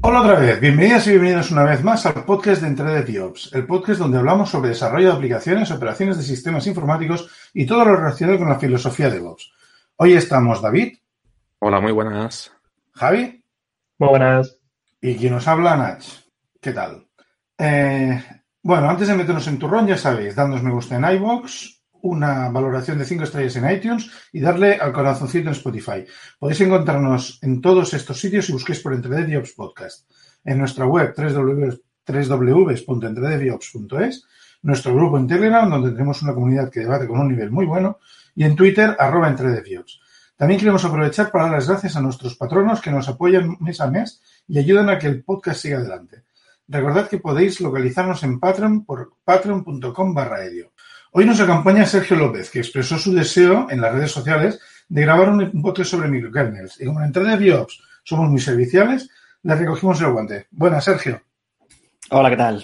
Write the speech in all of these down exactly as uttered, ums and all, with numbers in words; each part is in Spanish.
Hola otra vez, bienvenidas y bienvenidos una vez más al podcast de Entre DevOps, el podcast donde hablamos sobre desarrollo de aplicaciones, operaciones de sistemas informáticos y todo lo relacionado con la filosofía de DevOps. Hoy estamos David. Hola, muy buenas. Javi. Muy buenas. Y quien nos habla, Nach. ¿Qué tal? Eh, bueno, antes de meternos en turrón, ya sabéis, dándonos me gusta en iVoox, una valoración de cinco estrellas en iTunes y darle al corazoncito en Spotify. Podéis encontrarnos en todos estos sitios si busquéis por Entre DevOps Podcast. En nuestra web doble u doble u doble u punto entre deviops punto es, nuestro grupo en Telegram, donde tenemos una comunidad que debate con un nivel muy bueno, y en Twitter, arroba Entre DevOps. También queremos aprovechar para dar las gracias a nuestros patronos que nos apoyan mes a mes y ayudan a que el podcast siga adelante. Recordad que podéis localizarnos en Patreon por patreon punto com barra edio. Hoy nos acompaña Sergio López, que expresó su deseo en las redes sociales de grabar un podcast sobre microkernels. Y como en Entre DevOps somos muy serviciales, le recogimos el guante. Buenas, Sergio. Hola, ¿qué tal?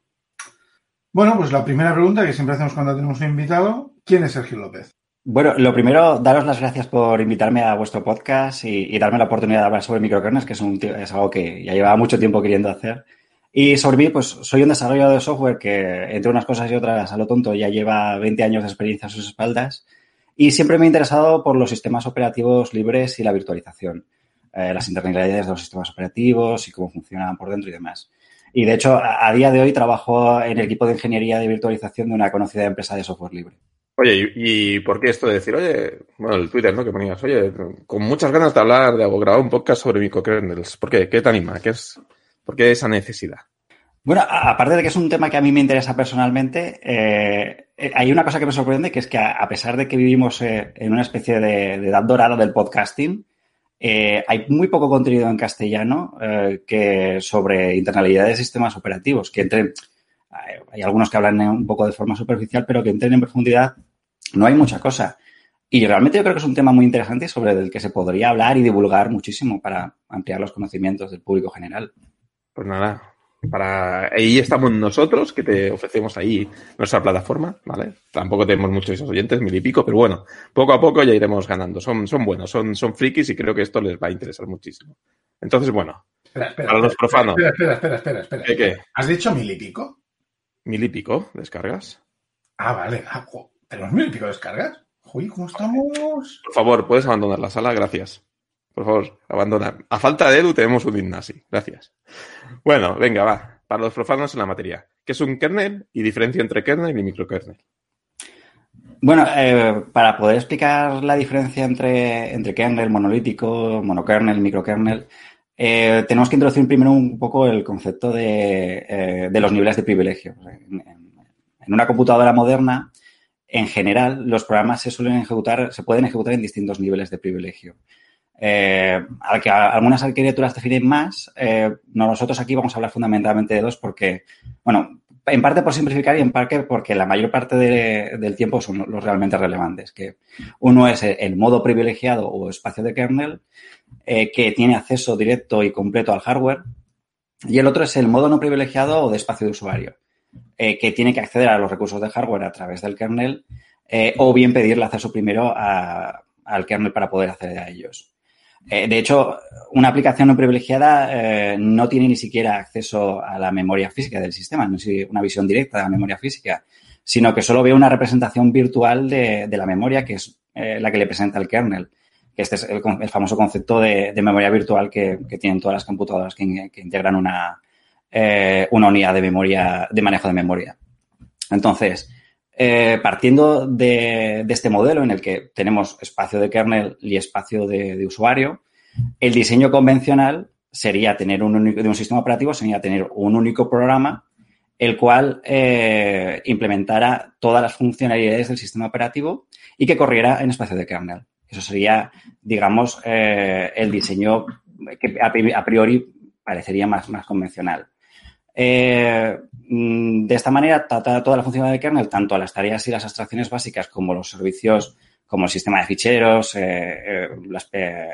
Bueno, pues la primera pregunta que siempre hacemos cuando tenemos un invitado, ¿quién es Sergio López? Bueno, lo primero, daros las gracias por invitarme a vuestro podcast y, y darme la oportunidad de hablar sobre microkernels, que es, un, es algo que ya llevaba mucho tiempo queriendo hacer. Y sobre mí, pues soy un desarrollador de software que, entre unas cosas y otras, a lo tonto, ya lleva veinte años de experiencia a sus espaldas y siempre me he interesado por los sistemas operativos libres y la virtualización, eh, las internalidades de los sistemas operativos y cómo funcionan por dentro y demás. Y, de hecho, a, a día de hoy trabajo en el equipo de ingeniería de virtualización de una conocida empresa de software libre. Oye, ¿y, y por qué esto de decir, oye, bueno, el Twitter, ¿no? Que ponías, oye, con muchas ganas de hablar, de grabar un podcast sobre microkernels? ¿Por qué? ¿Qué te anima? ¿Qué es, ¿Por qué esa necesidad? Bueno, aparte de que es un tema que a mí me interesa personalmente, eh, hay una cosa que me sorprende, que es que a pesar de que vivimos eh, en una especie de, de edad dorada del podcasting, eh, hay muy poco contenido en castellano eh, que sobre internalidad de sistemas operativos, que entren, hay algunos que hablan un poco de forma superficial, pero que entren en profundidad no hay mucha cosa. Y realmente yo creo que es un tema muy interesante sobre el que se podría hablar y divulgar muchísimo para ampliar los conocimientos del público general. Pues nada. Para ahí estamos nosotros, que te ofrecemos ahí nuestra plataforma, ¿vale? Tampoco tenemos muchos esos oyentes, mil y pico, pero bueno, poco a poco ya iremos ganando. Son, son buenos, son, son frikis y creo que esto les va a interesar muchísimo. Entonces, bueno, espera, espera, para los profanos. Espera, espera, espera, espera, espera. ¿Qué, qué? ¿Has dicho mil y pico? ¿Mil y pico descargas? Ah, vale. Ah, ¿tenemos mil y pico descargas? Uy, ¿cómo estamos? Por favor, ¿puedes abandonar la sala? Gracias. Por favor, abandona. A falta de Edu tenemos un Ignasi. Gracias. Bueno, venga, va. Para los profanos en la materia. ¿Qué es un kernel y diferencia entre kernel y microkernel? Bueno, eh, para poder explicar la diferencia entre, entre kernel, monolítico, monokernel, microkernel, eh, tenemos que introducir primero un poco el concepto de, eh, de los niveles de privilegio. En, en, en una computadora moderna, en general, los programas se suelen ejecutar, se pueden ejecutar en distintos niveles de privilegio. Eh, al que algunas arquitecturas definen más, eh, nosotros aquí vamos a hablar fundamentalmente de dos porque, bueno, en parte por simplificar y en parte porque la mayor parte de, del tiempo son los realmente relevantes, que uno es el modo privilegiado o espacio de kernel, eh, que tiene acceso directo y completo al hardware, y el otro es el modo no privilegiado o de espacio de usuario, eh, que tiene que acceder a los recursos de hardware a través del kernel, eh, o bien pedirle acceso primero a, al kernel para poder acceder a ellos. Eh, de hecho, una aplicación no privilegiada eh, no tiene ni siquiera acceso a la memoria física del sistema, no es una visión directa de la memoria física, sino que solo ve una representación virtual de, de la memoria, que es eh, la que le presenta el kernel. Que este es el, el famoso concepto de, de memoria virtual que, que tienen todas las computadoras que, que integran una, eh, una unidad de memoria, de manejo de memoria. Entonces, Eh, partiendo de, de este modelo en el que tenemos espacio de kernel y espacio de, de usuario, el diseño convencional sería tener un único, de un sistema operativo, sería tener un único programa, el cual eh, implementara todas las funcionalidades del sistema operativo y que corriera en espacio de kernel. Eso sería, digamos, eh, el diseño que a priori parecería más, más convencional. Eh, de esta manera, trata toda la funcionalidad del kernel, tanto a las tareas y las abstracciones básicas como los servicios, como el sistema de ficheros, eh, eh, las, eh,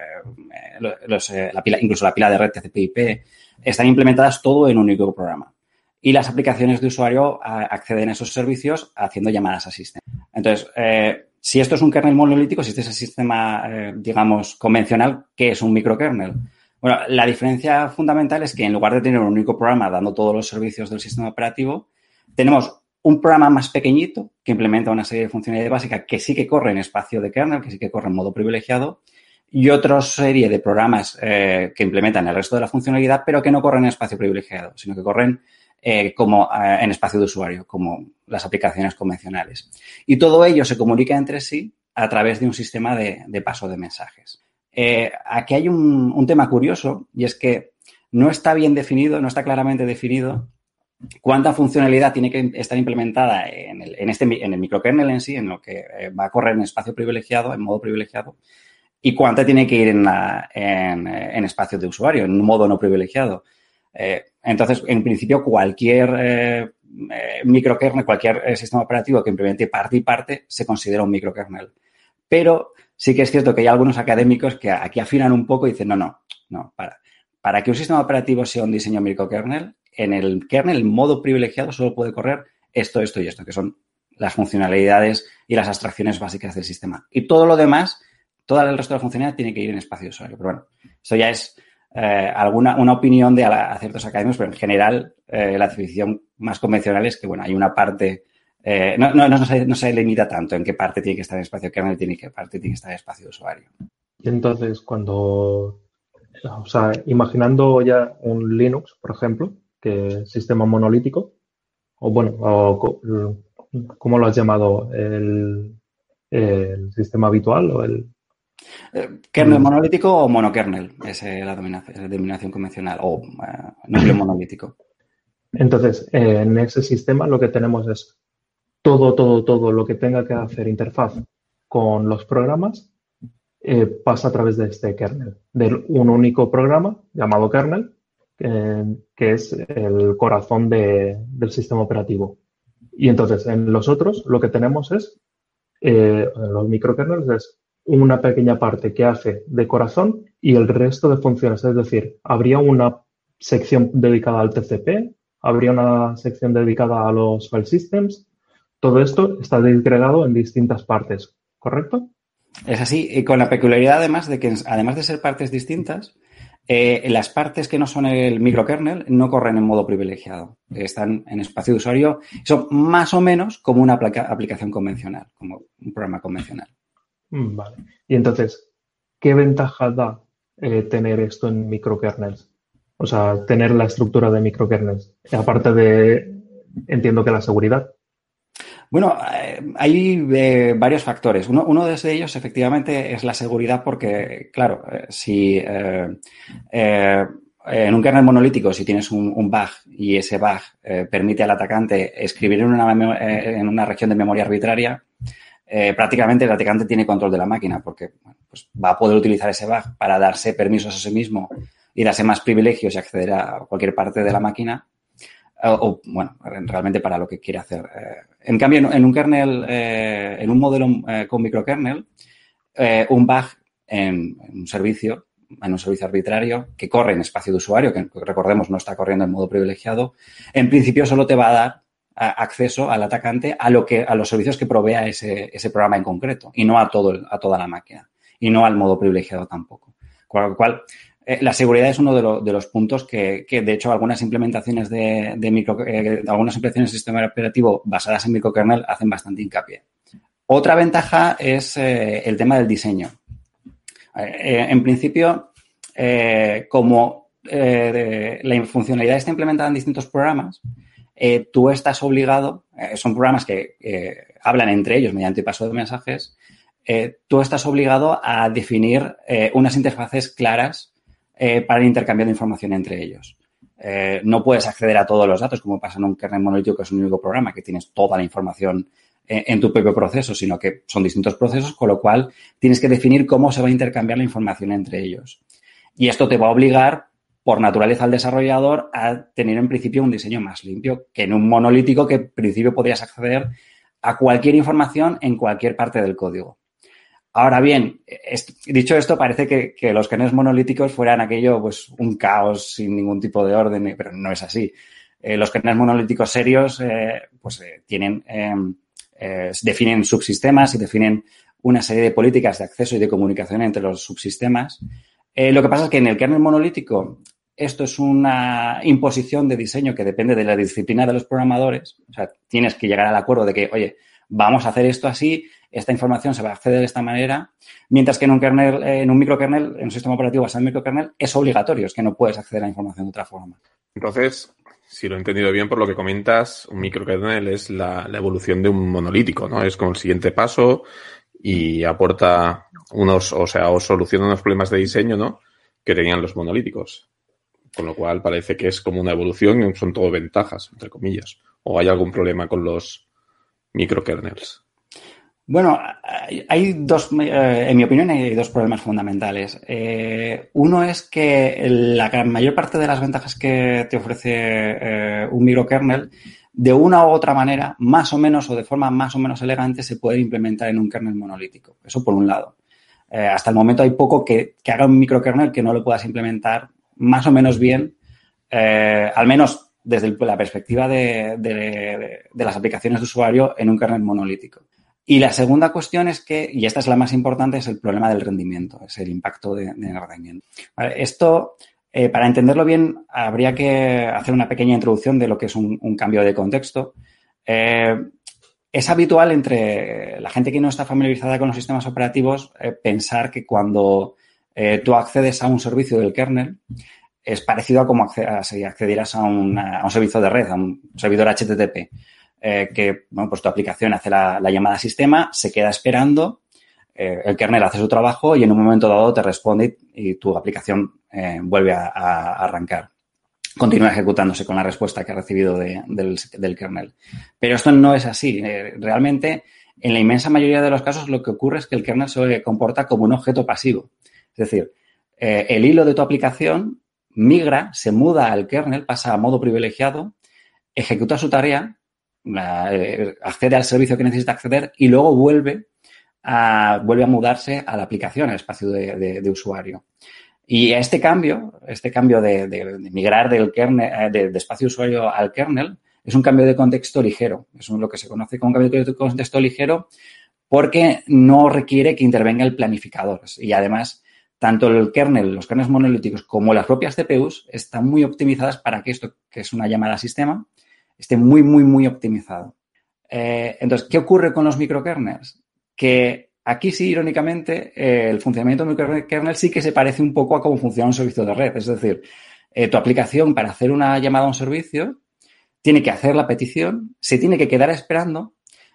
los, eh, la pila, incluso la pila de red T C P I P, están implementadas todo en un único programa. Y las aplicaciones de usuario a, acceden a esos servicios haciendo llamadas a sistema. Entonces, eh, si esto es un kernel monolítico, si este es el sistema, eh, digamos, convencional, ¿qué es un microkernel? Bueno, la diferencia fundamental es que en lugar de tener un único programa dando todos los servicios del sistema operativo, tenemos un programa más pequeñito que implementa una serie de funcionalidades básicas que sí que corre en espacio de kernel, que sí que corre en modo privilegiado, y otra serie de programas eh, que implementan el resto de la funcionalidad, pero que no corren en espacio privilegiado, sino que corren eh, como eh, en espacio de usuario, como las aplicaciones convencionales. Y todo ello se comunica entre sí a través de un sistema de, de paso de mensajes. Eh, aquí hay un, un tema curioso y es que no está bien definido, no está claramente definido cuánta funcionalidad tiene que estar implementada en el, en este, en el microkernel en sí, en lo que va a correr en espacio privilegiado, en modo privilegiado, y cuánta tiene que ir en, la, en, en espacio de usuario, en un modo no privilegiado. Eh, entonces, en principio, cualquier eh, microkernel, cualquier eh, sistema operativo que implemente parte y parte se considera un microkernel. Pero sí que es cierto que hay algunos académicos que aquí afinan un poco y dicen, no, no, no, para, para que un sistema operativo sea un diseño microkernel, en el kernel, el modo privilegiado, solo puede correr esto, esto y esto, que son las funcionalidades y las abstracciones básicas del sistema. Y todo lo demás, todo el resto de la funcionalidad tiene que ir en espacio de usuario. Pero bueno, eso ya es eh, alguna una opinión de a, a ciertos académicos, pero en general eh, la definición más convencional es que, bueno, hay una parte... Eh, no, no, no, se, no se limita tanto en qué parte tiene que estar en espacio kernel y en qué parte tiene que estar en espacio de usuario. Y entonces, cuando, o sea, imaginando ya un Linux, por ejemplo, que es sistema monolítico, o bueno, o, ¿cómo lo has llamado? ¿El, el sistema habitual o el...? Eh, ¿Kernel monolítico o monokernel? Esa es la denominación, la denominación convencional, o uh, núcleo monolítico. Entonces, eh, en ese sistema lo que tenemos es todo, todo, todo lo que tenga que hacer interfaz con los programas eh, pasa a través de este kernel, de un único programa llamado kernel, eh, que es el corazón de, del sistema operativo. Y entonces, en los otros, lo que tenemos es, eh, en los microkernels, es una pequeña parte que hace de corazón y el resto de funciones. Es decir, habría una sección dedicada al T C P, habría una sección dedicada a los file systems. Todo esto está disgregado en distintas partes, ¿correcto? Es así, y con la peculiaridad además de que, además de ser partes distintas, eh, las partes que no son el microkernel no corren en modo privilegiado. Están en espacio de usuario. Son más o menos como una aplica aplicación convencional, como un programa convencional. Vale. Y entonces, ¿qué ventaja da eh, tener esto en microkernels? O sea, tener la estructura de microkernels. Aparte de, entiendo que la seguridad. Bueno, eh, hay eh, varios factores. Uno, uno de ellos, efectivamente, es la seguridad porque, claro, eh, si eh, eh, en un kernel monolítico, si tienes un, un bug y ese bug eh, permite al atacante escribir en una, eh, en una región de memoria arbitraria, eh, prácticamente el atacante tiene control de la máquina porque bueno, pues va a poder utilizar ese bug para darse permisos a sí mismo y darse más privilegios y acceder a cualquier parte de la máquina. O, o, bueno, realmente para lo que quiere hacer. Eh, en cambio, en un kernel, eh, en un modelo eh, con microkernel, eh, un bug en, en un servicio, en un servicio arbitrario que corre en espacio de usuario, que recordemos no está corriendo en modo privilegiado, en principio solo te va a dar a, acceso al atacante a lo que a los servicios que provea ese, ese programa en concreto y no a todo el, a toda la máquina y no al modo privilegiado tampoco. Con lo cual, Eh, la seguridad es uno de, lo, de los puntos que, que, de hecho, algunas implementaciones de, de micro, eh, algunas implementaciones de sistema operativo basadas en microkernel hacen bastante hincapié. Otra ventaja es eh, el tema del diseño. Eh, en principio, eh, como eh, la funcionalidad está implementada en distintos programas, eh, tú estás obligado, eh, son programas que eh, hablan entre ellos mediante paso de mensajes, eh, tú estás obligado a definir eh, unas interfaces claras Eh, para el intercambio de información entre ellos. Eh, no puedes acceder a todos los datos, como pasa en un kernel monolítico, que es un único programa, que tienes toda la información en, en tu propio proceso, sino que son distintos procesos, con lo cual tienes que definir cómo se va a intercambiar la información entre ellos. Y esto te va a obligar, por naturaleza, al desarrollador a tener, en principio, un diseño más limpio que en un monolítico que, en principio, podrías acceder a cualquier información en cualquier parte del código. Ahora bien, es, dicho esto, parece que, que los kernels monolíticos fueran aquello, pues, un caos sin ningún tipo de orden, pero no es así. Eh, los kernels monolíticos serios, eh, pues, eh, tienen, eh, eh, definen subsistemas y definen una serie de políticas de acceso y de comunicación entre los subsistemas Eh, lo que pasa es que en el kernel monolítico esto es una imposición de diseño que depende de la disciplina de los programadores. O sea, tienes que llegar al acuerdo de que, oye, vamos a hacer esto así, esta información se va a acceder de esta manera, mientras que en un kernel, en un microkernel, en un sistema operativo basado en microkernel, es obligatorio, es que no puedes acceder a la información de otra forma. Entonces, si lo he entendido bien por lo que comentas, un microkernel es la, la evolución de un monolítico, ¿no? Es como el siguiente paso y aporta unos, o sea, o soluciona unos problemas de diseño, ¿no?, que tenían los monolíticos. Con lo cual parece que es como una evolución y son todo ventajas, entre comillas. ¿O hay algún problema con los microkernels? Bueno, hay dos, en mi opinión, hay dos problemas fundamentales. Eh, uno es que la mayor parte de las ventajas que te ofrece eh, un microkernel, de una u otra manera, más o menos o de forma más o menos elegante, se puede implementar en un kernel monolítico. Eso por un lado. Eh, hasta el momento hay poco que, que haga un microkernel que no lo puedas implementar más o menos bien, eh, al menos desde la perspectiva de, de, de las aplicaciones de usuario en un kernel monolítico. Y la segunda cuestión es que, y esta es la más importante, es el problema del rendimiento, es el impacto de, de rendimiento. Vale, esto, eh, para entenderlo bien, habría que hacer una pequeña introducción de lo que es un, un cambio de contexto. Eh, es habitual entre la gente que no está familiarizada con los sistemas operativos eh, pensar que cuando eh, tú accedes a un servicio del kernel, es parecido a como acced- si accedieras a, una, a un servicio de red, a un servidor H T T P. Eh, que, bueno, pues tu aplicación hace la, la llamada a sistema, se queda esperando, eh, el kernel hace su trabajo y en un momento dado te responde y, y tu aplicación eh, vuelve a, a arrancar. Continúa ejecutándose con la respuesta que ha recibido de, del, del kernel. Pero esto no es así. Eh, realmente, en la inmensa mayoría de los casos, lo que ocurre es que el kernel se comporta como un objeto pasivo. Es decir, eh, el hilo de tu aplicación migra, se muda al kernel, pasa a modo privilegiado, ejecuta su tarea, accede al servicio que necesita acceder y luego vuelve a, vuelve a mudarse a la aplicación, al espacio de, de, de usuario. Y este cambio, este cambio de, de, de migrar del kernel, de, de espacio de usuario al kernel, es un cambio de contexto ligero. Es lo que se conoce como un cambio de contexto ligero porque no requiere que intervenga el planificador. Y además, tanto el kernel, los kernels monolíticos como las propias C P Us están muy optimizadas para que esto, que es una llamada a sistema, esté muy, muy, muy optimizado. Eh, entonces, ¿qué ocurre con los microkernels? Que aquí sí, irónicamente, eh, el funcionamiento del microkernel sí que se parece un poco a cómo funciona un servicio de red. Es decir, eh, tu aplicación para hacer una llamada a un servicio tiene que hacer la petición, se tiene que quedar esperando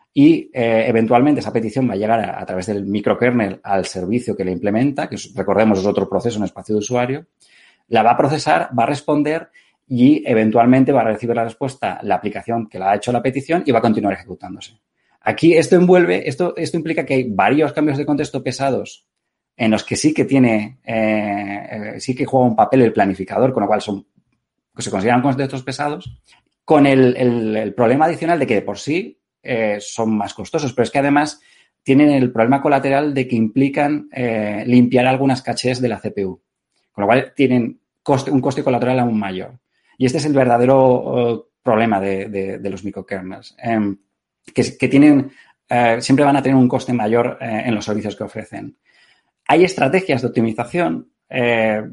y eh, eventualmente esa petición va a llegar a, a través del microkernel al servicio que le implementa, que es, recordemos es otro proceso en espacio de usuario, la va a procesar, va a responder y eventualmente va a recibir la respuesta la aplicación que le ha hecho la petición y va a continuar ejecutándose. Aquí esto envuelve, esto, esto implica que hay varios cambios de contexto pesados en los que sí que tiene, eh, eh, sí que juega un papel el planificador, con lo cual son, que se consideran contextos pesados, con el, el, el problema adicional de que de por sí eh, son más costosos, pero es que además tienen el problema colateral de que implican eh, limpiar algunas cachés de la C P U, con lo cual tienen coste, un coste colateral aún mayor. Y este es el verdadero uh, problema de, de, de los microkernels, eh, que, que tienen, eh, siempre van a tener un coste mayor eh, en los servicios que ofrecen. Hay estrategias de optimización, eh,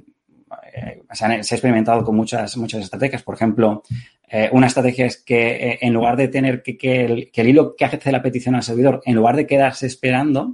eh, se, han, se ha experimentado con muchas, muchas estrategias. Por ejemplo, eh, una estrategia es que eh, en lugar de tener que, que, el, que el hilo que hace la petición al servidor, en lugar de quedarse esperando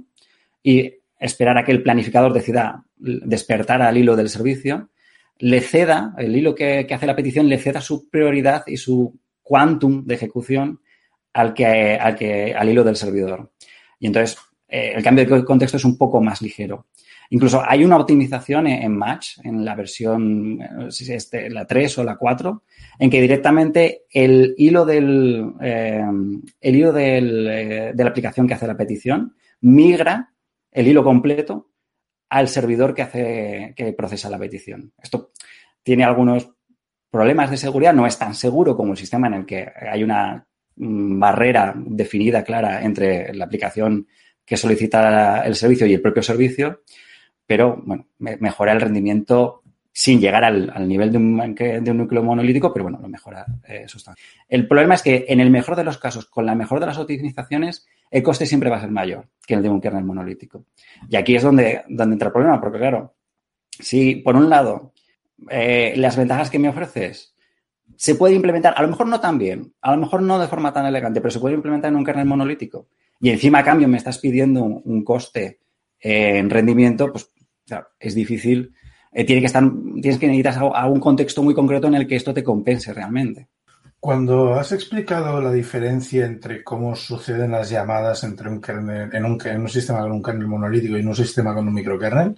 y esperar a que el planificador decida despertar al hilo del servicio, le ceda, el hilo que, que hace la petición, le ceda su prioridad y su quantum de ejecución al, que, al, que, al hilo del servidor. Y entonces, eh, el cambio de contexto es un poco más ligero. Incluso hay una optimización en, en Match, en la versión, no sé si es este, la tres o la cuatro, en que directamente el hilo del, eh, el hilo del, eh, de la aplicación que hace la petición migra el hilo completo al servidor que hace, que procesa la petición. Esto tiene algunos problemas de seguridad, no es tan seguro como el sistema en el que hay una barrera definida, clara, entre la aplicación que solicita el servicio y el propio servicio, pero, bueno, mejora el rendimiento sin llegar al, al nivel de un, de un núcleo monolítico, pero, bueno, lo mejora eh, sustancialmente. El problema es que, en el mejor de los casos, con la mejor de las optimizaciones, el coste siempre va a ser mayor que el de un kernel monolítico. Y aquí es donde, donde entra el problema, porque, claro, Si, por un lado, eh, las ventajas que me ofreces se puede implementar, a lo mejor no tan bien, a lo mejor no de forma tan elegante, pero se puede implementar en un kernel monolítico. Y encima, a cambio, me estás pidiendo un, un coste eh, en rendimiento, pues claro, es difícil. Eh, tiene que estar, tienes que necesitar a, a un contexto muy concreto en el que esto te compense realmente. Cuando has explicado la diferencia entre cómo suceden las llamadas entre un kernel, en un, en un sistema con un kernel monolítico y en un sistema con un microkernel,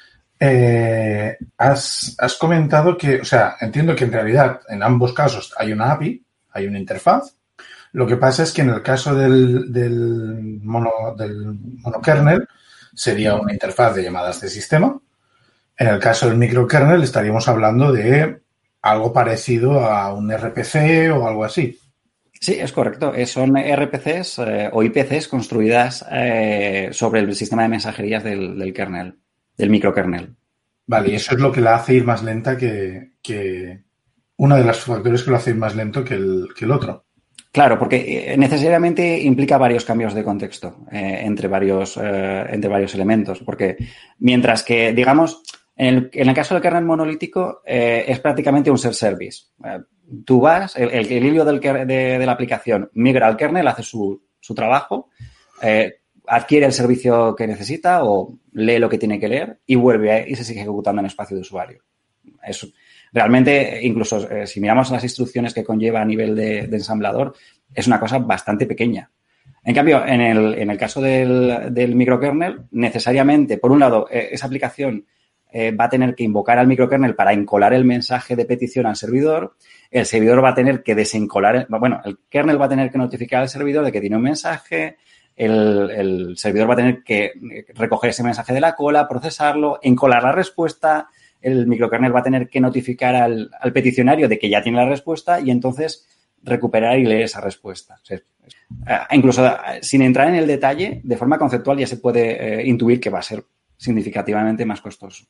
eh, has, has comentado que, o sea, entiendo que en realidad en ambos casos hay una A P I, hay una interfaz. Lo que pasa es que en el caso del, del, mono, del monokernel sería una interfaz de llamadas de sistema. En el caso del microkernel estaríamos hablando de algo parecido a un R P C o algo así. Sí, es correcto. Son R P Cs eh, o I P Cs construidas eh, sobre el sistema de mensajerías del, del kernel, del microkernel. Vale, y eso es lo que la hace ir más lenta que... que uno de los factores que lo hace ir más lento que el, que el otro. Claro, porque necesariamente implica varios cambios de contexto eh, entre, varios, eh, entre varios elementos. Porque mientras que, digamos, en el, en el caso del kernel monolítico eh, es prácticamente un self-service. Eh, tú vas, el, el, el hilo del, de, de la aplicación migra al kernel, hace su, su trabajo, eh, adquiere el servicio que necesita o lee lo que tiene que leer y vuelve y se sigue ejecutando en espacio de usuario. Eso. Realmente, incluso eh, si miramos las instrucciones que conlleva a nivel de, de ensamblador, es una cosa bastante pequeña. En cambio, en el, en el caso del, del microkernel, necesariamente, por un lado, eh, esa aplicación eh, va a tener que invocar al microkernel para encolar el mensaje de petición al servidor. El servidor va a tener que desencolar, el, bueno, el kernel va a tener que notificar al servidor de que tiene un mensaje. El, el servidor va a tener que recoger ese mensaje de la cola, procesarlo, encolar la respuesta. El microkernel va a tener que notificar al, al peticionario de que ya tiene la respuesta y entonces recuperar y leer esa respuesta. O sea, eh, incluso eh, sin entrar en el detalle, de forma conceptual ya se puede eh, intuir que va a ser significativamente más costoso.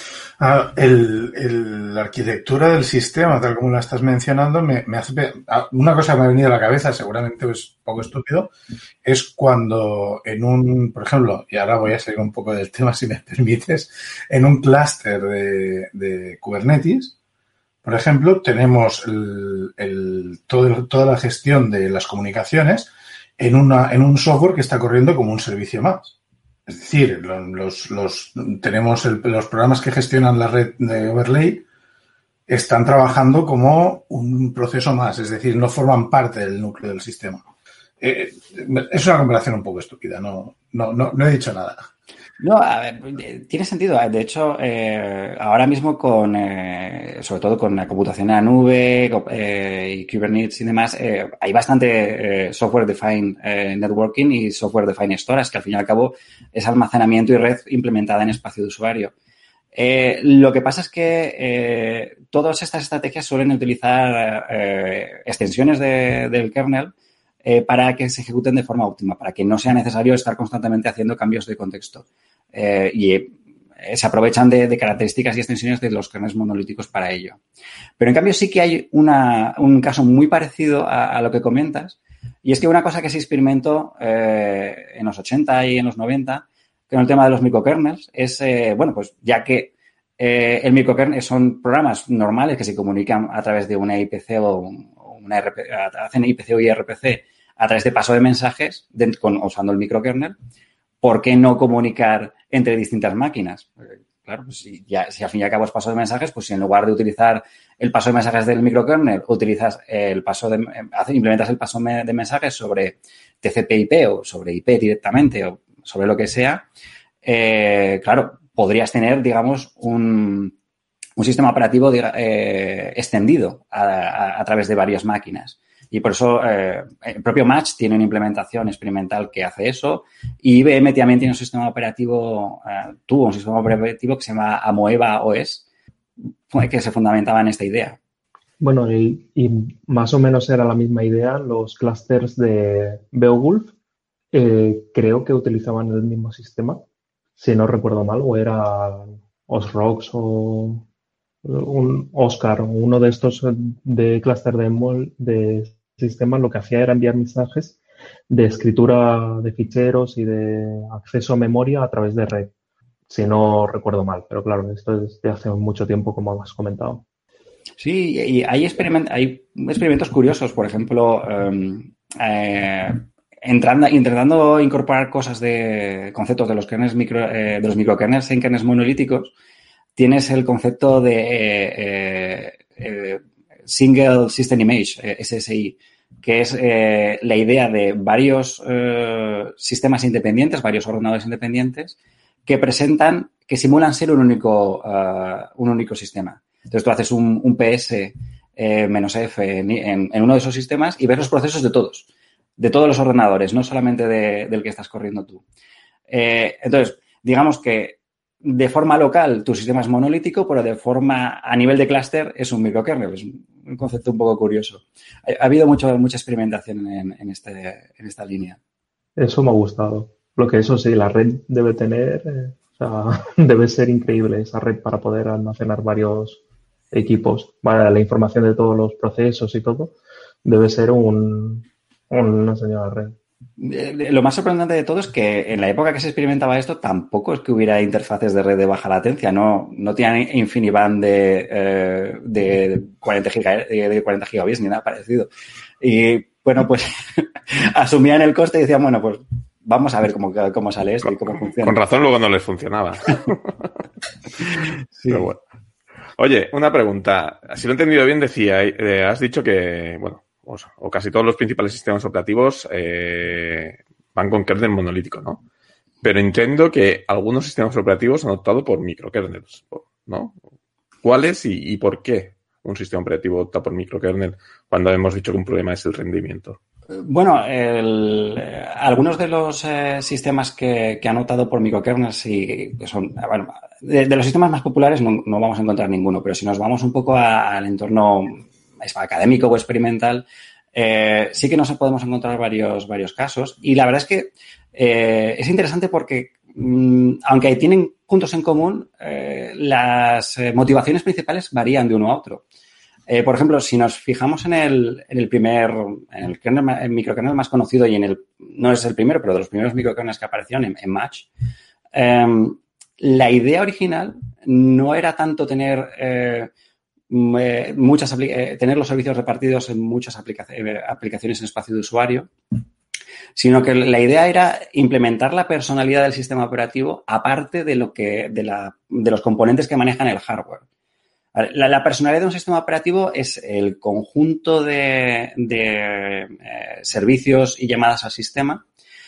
Ah, el, el, la arquitectura del sistema, tal como la estás mencionando, me, me hace... Una cosa que me ha venido a la cabeza, seguramente es un poco estúpido, es cuando en un, por ejemplo, y ahora voy a salir un poco del tema si me permites, en un clúster de, de Kubernetes, por ejemplo, tenemos el, el, todo, toda la gestión de las comunicaciones en, una, en un software que está corriendo como un servicio más. Es decir, los, los, tenemos el, los programas que gestionan la red de overlay están trabajando como un proceso más, es decir, no forman parte del núcleo del sistema. Eh, es una comparación un poco estúpida, no, no, no, no he dicho nada. No, a ver, tiene sentido. De hecho, eh, ahora mismo con, eh, sobre todo con la computación en la nube eh, y Kubernetes y demás, eh, hay bastante eh, software-defined eh, networking y software-defined storage, que al fin y al cabo es almacenamiento y red implementada en espacio de usuario. Eh, lo que pasa es que eh, todas estas estrategias suelen utilizar eh, extensiones de, del kernel eh, para que se ejecuten de forma óptima, para que no sea necesario estar constantemente haciendo cambios de contexto. Eh, y eh, se aprovechan de, de características y extensiones de los kernels monolíticos para ello. Pero, en cambio, sí que hay una, un caso muy parecido a, a lo que comentas, y es que una cosa que se experimentó eh, en los ochenta y en los noventa con el tema de los microkernels es, eh, bueno, pues ya que eh, el microkernel son programas normales que se comunican a través de una I P C o una R P C, hacen I P C o I R P C a través de paso de mensajes de, con, usando el microkernel. ¿Por qué no comunicar entre distintas máquinas? Claro, pues si, ya, si al fin y al cabo es paso de mensajes, pues si en lugar de utilizar el paso de mensajes del microkernel, utilizas el paso de, implementas el paso de mensajes sobre T C P I P o sobre I P directamente o sobre lo que sea, eh, claro, podrías tener, digamos, un, un sistema operativo eh, extendido a, a, a través de varias máquinas. Y por eso eh, el propio Match tiene una implementación experimental que hace eso. Y I B M también tiene un sistema operativo, eh, tuvo un sistema operativo que se llama Amoeba O S, que se fundamentaba en esta idea. Bueno, y, y más o menos era la misma idea los clusters de Beowulf. Eh, creo que utilizaban el mismo sistema, si no recuerdo mal, o era Osrox o un Oscar, uno de estos de clúster de, mol, de sistemas, lo que hacía era enviar mensajes de escritura de ficheros y de acceso a memoria a través de red. si no recuerdo mal. Pero claro, esto es de hace mucho tiempo, como has comentado. Sí, y hay, experiment hay experimentos curiosos. Por ejemplo, um, eh, entrando, intentando incorporar cosas de conceptos de los kernels micro, eh, de los microkernels en kernels monolíticos, tienes el concepto de eh, eh, Single System Image, eh, S S I, que es eh, la idea de varios eh, sistemas independientes, varios ordenadores independientes, que presentan, que simulan ser un único, uh, un único sistema. Entonces, tú haces un, un P S eh, menos F en, en, en uno de esos sistemas y ves los procesos de todos, de todos los ordenadores, no solamente de, del que estás corriendo tú. Eh, entonces, digamos que de forma local tu sistema es monolítico, pero de forma a nivel de clúster es un microkernel. Es un concepto un poco curioso. Ha, ha habido mucho, mucha experimentación en, en, este, en esta línea. Eso me ha gustado. Lo que eso sí, la red debe tener, eh, o sea, debe ser increíble esa red para poder almacenar varios equipos. Vale, la información de todos los procesos y todo debe ser un, una señora red. Lo más sorprendente de todo es que en la época que se experimentaba esto tampoco es que hubiera interfaces de red de baja latencia, no, no tenían InfiniBand de, eh, de, cuarenta giga, de cuarenta gigabits ni nada parecido. Y bueno, pues asumían el coste y decían, bueno, pues vamos a ver cómo, cómo sale esto con, y cómo funciona. Con razón luego no les funcionaba. Sí. Pero bueno. Oye, una pregunta. Si lo he entendido bien, decía, eh, has dicho que, bueno, o, o casi todos los principales sistemas operativos eh, van con kernel monolítico, ¿no? Pero entiendo que algunos sistemas operativos han optado por microkernels, ¿no? ¿Cuáles y, y por qué un sistema operativo opta por microkernel cuando hemos dicho que un problema es el rendimiento? Bueno, el, eh, algunos de los eh, sistemas que, que han optado por microkernels y que son, bueno, de, de los sistemas más populares no, no vamos a encontrar ninguno, pero si nos vamos un poco a, al entorno académico o experimental, eh, sí que nos podemos encontrar varios, varios casos. Y la verdad es que eh, es interesante porque, mmm, aunque tienen puntos en común, eh, las eh, motivaciones principales varían de uno a otro. Eh, por ejemplo, si nos fijamos en el, en el primer, en el, kernel, el microkernel más conocido y en el, no es el primero, pero de los primeros microkernels que aparecieron en, en Match, eh, la idea original no era tanto tener eh, eh, muchas eh, tener los servicios repartidos en muchas aplica aplicaciones en espacio de usuario, sino que la idea era implementar la personalidad del sistema operativo aparte de lo que de, la, de los componentes que manejan el hardware. La, la personalidad de un sistema operativo es el conjunto de, de eh, servicios y llamadas al sistema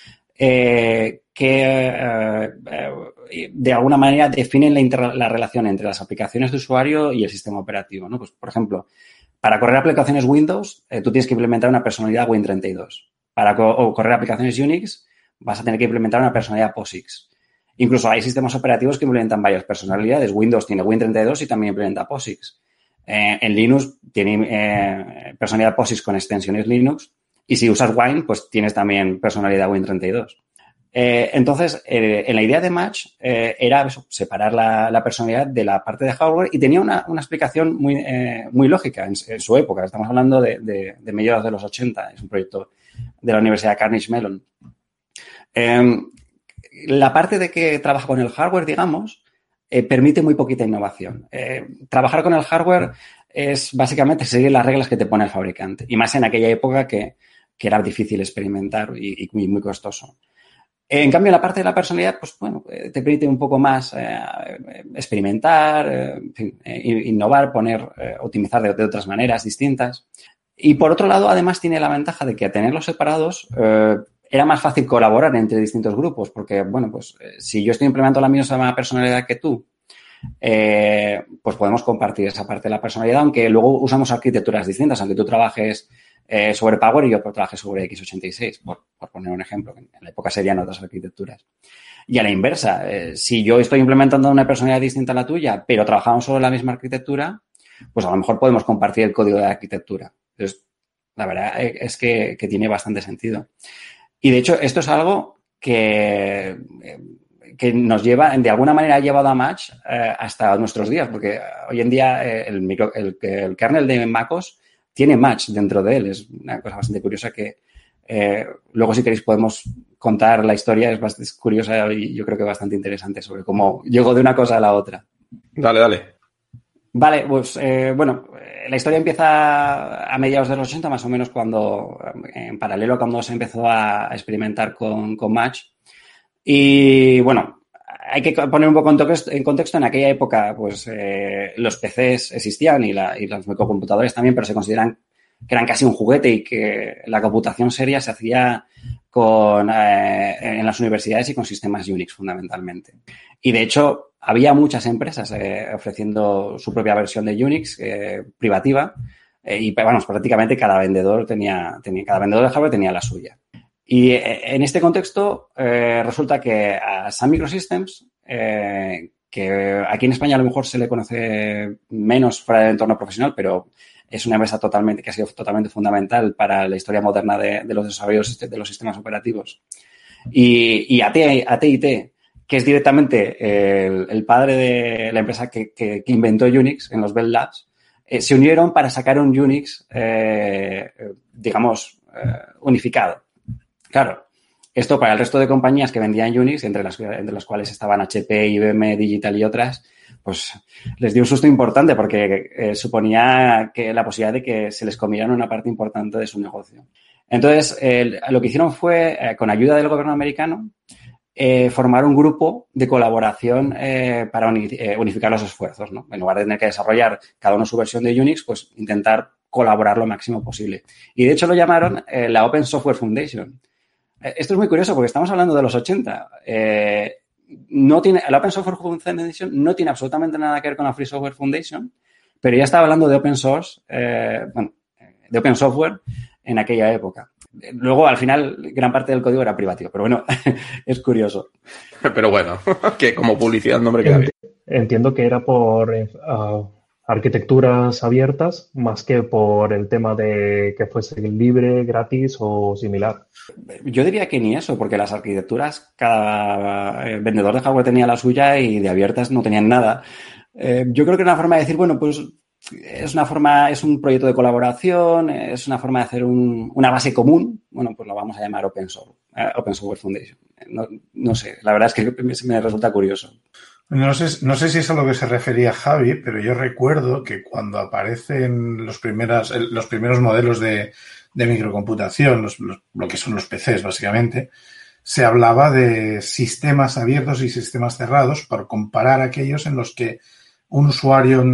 eh, que eh, eh, de alguna manera definen la, inter, la relación entre las aplicaciones de usuario y el sistema operativo, ¿no? Pues, por ejemplo, para correr aplicaciones Windows, eh, tú tienes que implementar una personalidad Win treinta y dos. Para co o correr aplicaciones Unix, vas a tener que implementar una personalidad POSIX. Incluso hay sistemas operativos que implementan varias personalidades. Windows tiene Win treinta y dos y también implementa POSIX. Eh, en Linux tiene eh, personalidad POSIX con extensiones Linux. Y si usas Wine, pues tienes también personalidad Win treinta y dos. Eh, entonces, eh, en la idea de Match eh, era eso, separar la, la personalidad de la parte de hardware y tenía una, una explicación muy, eh, muy lógica en, en su época. Estamos hablando de, de, de mediados de los ochenta. Es un proyecto de la Universidad Carnegie Mellon. Eh, La parte de que trabaja con el hardware, digamos, eh, permite muy poquita innovación. Eh, trabajar con el hardware es básicamente seguir las reglas que te pone el fabricante. Y más en aquella época que, que era difícil experimentar y, y muy, muy costoso. En cambio, la parte de la personalidad, pues bueno, eh, te permite un poco más eh, experimentar, eh, en fin, eh, innovar, poner, eh, optimizar de, de otras maneras distintas. Y por otro lado, además, tiene la ventaja de que a tenerlos separados, eh, era más fácil colaborar entre distintos grupos, porque, bueno, pues eh, si yo estoy implementando la misma personalidad que tú, eh, pues podemos compartir esa parte de la personalidad, aunque luego usamos arquitecturas distintas, aunque tú trabajes eh, sobre Power y yo trabaje sobre equis ochenta y seis, por, por poner un ejemplo, que en la época serían otras arquitecturas. Y a la inversa, eh, si yo estoy implementando una personalidad distinta a la tuya, pero trabajamos sobre la misma arquitectura, pues a lo mejor podemos compartir el código de la arquitectura. Entonces, la verdad es que, que tiene bastante sentido. Y, de hecho, esto es algo que, que nos lleva, de alguna manera ha llevado a Match eh, hasta nuestros días, porque hoy en día eh, el, micro, el, el kernel de MacOS tiene Match dentro de él. Es una cosa bastante curiosa que, Eh, luego, si queréis, podemos contar la historia, es bastante curiosa y yo creo que bastante interesante sobre cómo llegó de una cosa a la otra. Dale, dale. Vale, pues eh, bueno, la historia empieza a mediados de los ochenta, más o menos, cuando, en paralelo a cuando se empezó a experimentar con, con Match. Y bueno, hay que poner un poco en contexto. En, contexto, en aquella época, pues eh, los P Cs existían y, la, y los microcomputadores también, pero se consideran que eran casi un juguete y que la computación seria se hacía con, eh, en las universidades y con sistemas Unix, fundamentalmente. Y, de hecho, había muchas empresas eh, ofreciendo su propia versión de Unix eh, privativa eh, y, vamos, prácticamente cada vendedor tenía, tenía, cada vendedor de hardware tenía la suya. Y eh, en este contexto eh, resulta que a Sun Microsystems, eh, que aquí en España a lo mejor se le conoce menos fuera del entorno profesional, pero es una empresa totalmente que ha sido totalmente fundamental para la historia moderna de, de los desarrollos de los sistemas operativos. Y, y A T y T, que es directamente el, el padre de la empresa que, que, que inventó Unix en los Bell Labs, eh, se unieron para sacar un Unix, eh, digamos, eh, unificado. Claro, esto para el resto de compañías que vendían Unix, entre las, entre las cuales estaban H P, I B M, Digital y otras, pues les dio un susto importante porque eh, suponía que la posibilidad de que se les comieran una parte importante de su negocio. Entonces, eh, lo que hicieron fue, eh, con ayuda del gobierno americano, eh, formar un grupo de colaboración eh, para uni eh, unificar los esfuerzos, ¿no? En lugar de tener que desarrollar cada uno su versión de Unix, pues intentar colaborar lo máximo posible. Y, de hecho, lo llamaron eh, la Open Software Foundation. Eh, esto es muy curioso porque estamos hablando de los ochenta. Eh, no tiene, la Open Software Foundation no tiene absolutamente nada que ver con la Free Software Foundation, pero ya estaba hablando de open source, eh, bueno, de open software en aquella época. Luego, al final, gran parte del código era privativo, pero bueno, es curioso. Pero bueno, que como publicidad el nombre queda bien. Entiendo que era por uh, arquitecturas abiertas más que por el tema de que fuese libre, gratis o similar. Yo diría que ni eso, porque las arquitecturas, cada vendedor de hardware tenía la suya y de abiertas no tenían nada. Eh, yo creo que era una forma de decir, bueno, pues es una forma, es un proyecto de colaboración, es una forma de hacer un, una base común. Bueno, pues lo vamos a llamar Open Software, uh, Open Software Foundation. No, no sé, la verdad es que me, me resulta curioso. No sé, no sé si es a lo que se refería Javi, pero yo recuerdo que cuando aparecen los, primeras, los primeros modelos de, de microcomputación, los, los, lo que son los P Cs básicamente, se hablaba de sistemas abiertos y sistemas cerrados para comparar aquellos en los que un usuario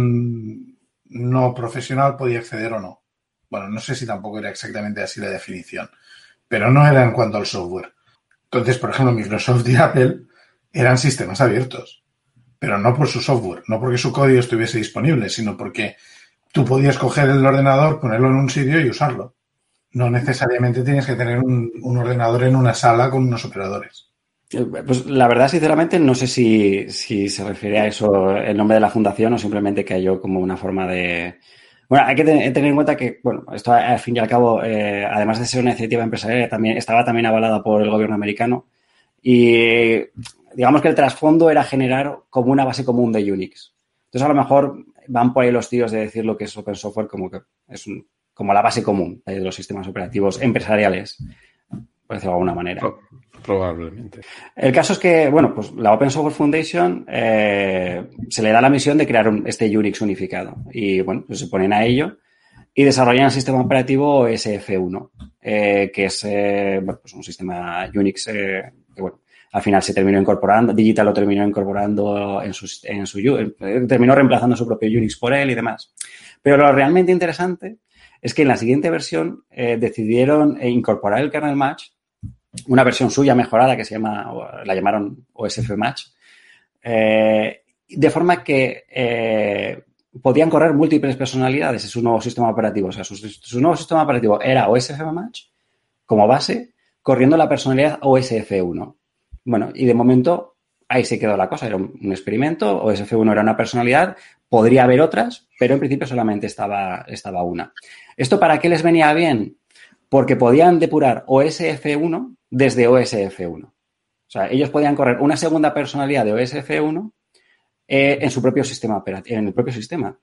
no profesional podía acceder o no. Bueno, no sé si tampoco era exactamente así la definición, pero no era en cuanto al software. Entonces, por ejemplo, Microsoft y Apple eran sistemas abiertos, pero no por su software, no porque su código estuviese disponible, sino porque tú podías coger el ordenador, ponerlo en un sitio y usarlo. No necesariamente tienes que tener un, un ordenador en una sala con unos operadores. Pues la verdad, sinceramente, no sé si, si se refiere a eso el nombre de la fundación o simplemente cayó como una forma de... Bueno, hay que tener en cuenta que, bueno, esto al fin y al cabo, eh, además de ser una iniciativa empresarial, también estaba también avalada por el gobierno americano y digamos que el trasfondo era generar como una base común de Unix. Entonces, a lo mejor van por ahí los tíos de decir lo que es open software como que es un, como la base común de los sistemas operativos empresariales, por decirlo de alguna manera. Oh, probablemente. El caso es que, bueno, pues la Open Software Foundation eh, se le da la misión de crear un, este Unix unificado. Y, bueno, pues se ponen a ello y desarrollan el sistema operativo O S F uno, eh, que es eh, bueno, pues un sistema Unix eh, que, bueno, al final se terminó incorporando, Digital lo terminó incorporando en su, en su eh, terminó reemplazando su propio Unix por él y demás. Pero lo realmente interesante es que en la siguiente versión eh, decidieron incorporar el kernel match, una versión suya mejorada que se llama, la llamaron O S F Match, eh, de forma que eh, podían correr múltiples personalidades en su nuevo sistema operativo. O sea, su, su nuevo sistema operativo era O S F Match como base, corriendo la personalidad O S F uno. Bueno, y de momento ahí se quedó la cosa. Era un, un experimento, O S F uno era una personalidad, podría haber otras, pero en principio solamente estaba, estaba una. ¿Esto para qué les venía bien? Porque podían depurar O S F uno desde O S F uno. O sea, ellos podían correr una segunda personalidad de O S F uno eh, en su propio sistema operativo, en el propio sistema.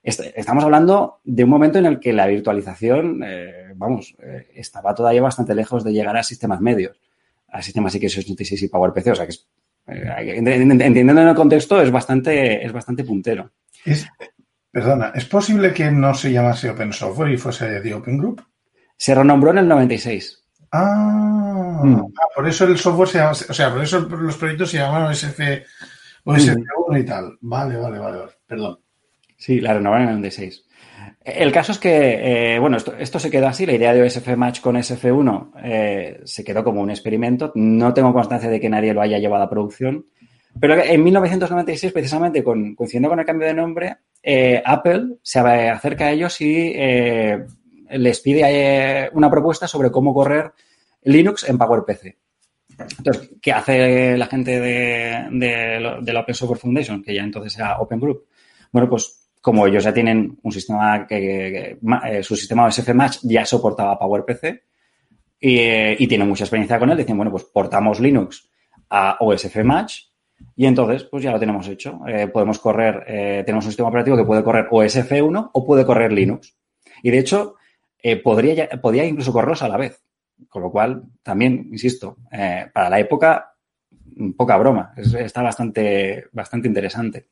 est- estamos hablando de un momento en el que la virtualización, eh, vamos, eh, estaba todavía bastante lejos de llegar a sistemas medios, a sistemas x ochenta y seis y PowerPC. O sea, que es, eh, entendiendo en el contexto, es bastante, es bastante puntero. Es, perdona, ¿es posible que no se llamase Open Software y fuese de Open Group? Se renombró en el noventa y seis. Ah, Mm. ah, por eso el software se llama, o sea, por eso los proyectos se llaman O S F, O S F uno y tal. Vale, vale, vale, vale. Perdón. Sí, la renovaron en el noventa y seis. El caso es que, eh, bueno, esto, esto se quedó así. La idea de O S F Match con S F uno eh, se quedó como un experimento. No tengo constancia de que nadie lo haya llevado a producción. Pero en mil novecientos noventa y seis, precisamente, con, coincidiendo con el cambio de nombre, eh, Apple se acerca a ellos y eh, les pide eh, una propuesta sobre cómo correr Linux en PowerPC. Entonces, ¿qué hace la gente de, de, de la Open Software Foundation, que ya entonces era Open Group? Bueno, pues como ellos ya tienen un sistema que, que, que eh, su sistema O S F Match ya soportaba PowerPC y, eh, y tienen mucha experiencia con él, dicen, bueno, pues portamos Linux a O S F Match y entonces pues ya lo tenemos hecho. Eh, podemos correr, eh, tenemos un sistema operativo que puede correr O S F uno o puede correr Linux. Y de hecho, eh, podría, podría incluso correrlos a la vez. Con lo cual, también, insisto, eh, para la época, poca broma. Es, está bastante, bastante interesante.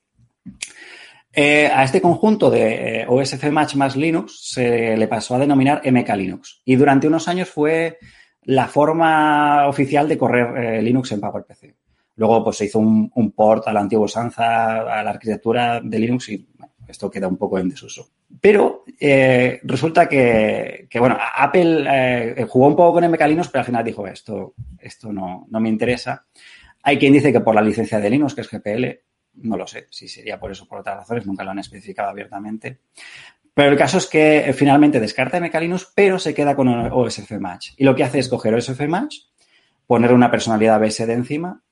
Eh, a este conjunto de eh, O S F Match más Linux se le pasó a denominar M K Linux. Y durante unos años fue la forma oficial de correr eh, Linux en PowerPC. Luego, pues se hizo un, un port a la antigua usanza, a la arquitectura de Linux y bueno, esto queda un poco en desuso. Pero eh, resulta que, que, bueno, Apple eh, jugó un poco con M K Linux, pero al final dijo, esto, esto no, no me interesa. Hay quien dice que por la licencia de Linux, que es G P L, no lo sé, si sería por eso o por otras razones, nunca lo han especificado abiertamente. Pero el caso es que eh, finalmente descarta M K Linux, pero se queda con O S F Match. Y lo que hace es coger O S F Match, ponerle una personalidad B S D encima,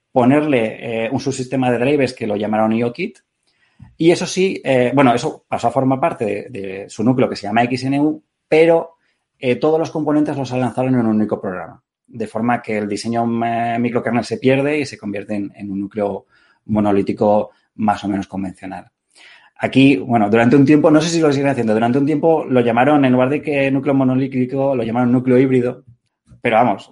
ponerle eh, un subsistema de drivers que lo llamaron I O Kit. Y eso sí, eh, bueno, eso pasó a formar parte de, de su núcleo que se llama X N U, pero eh, todos los componentes los lanzaron en un único programa. De forma que el diseño eh, microkernel se pierde y se convierte en, en un núcleo monolítico más o menos convencional. Aquí, bueno, durante un tiempo, no sé si lo siguen haciendo, durante un tiempo lo llamaron, en lugar de que núcleo monolítico, lo llamaron núcleo híbrido, pero vamos,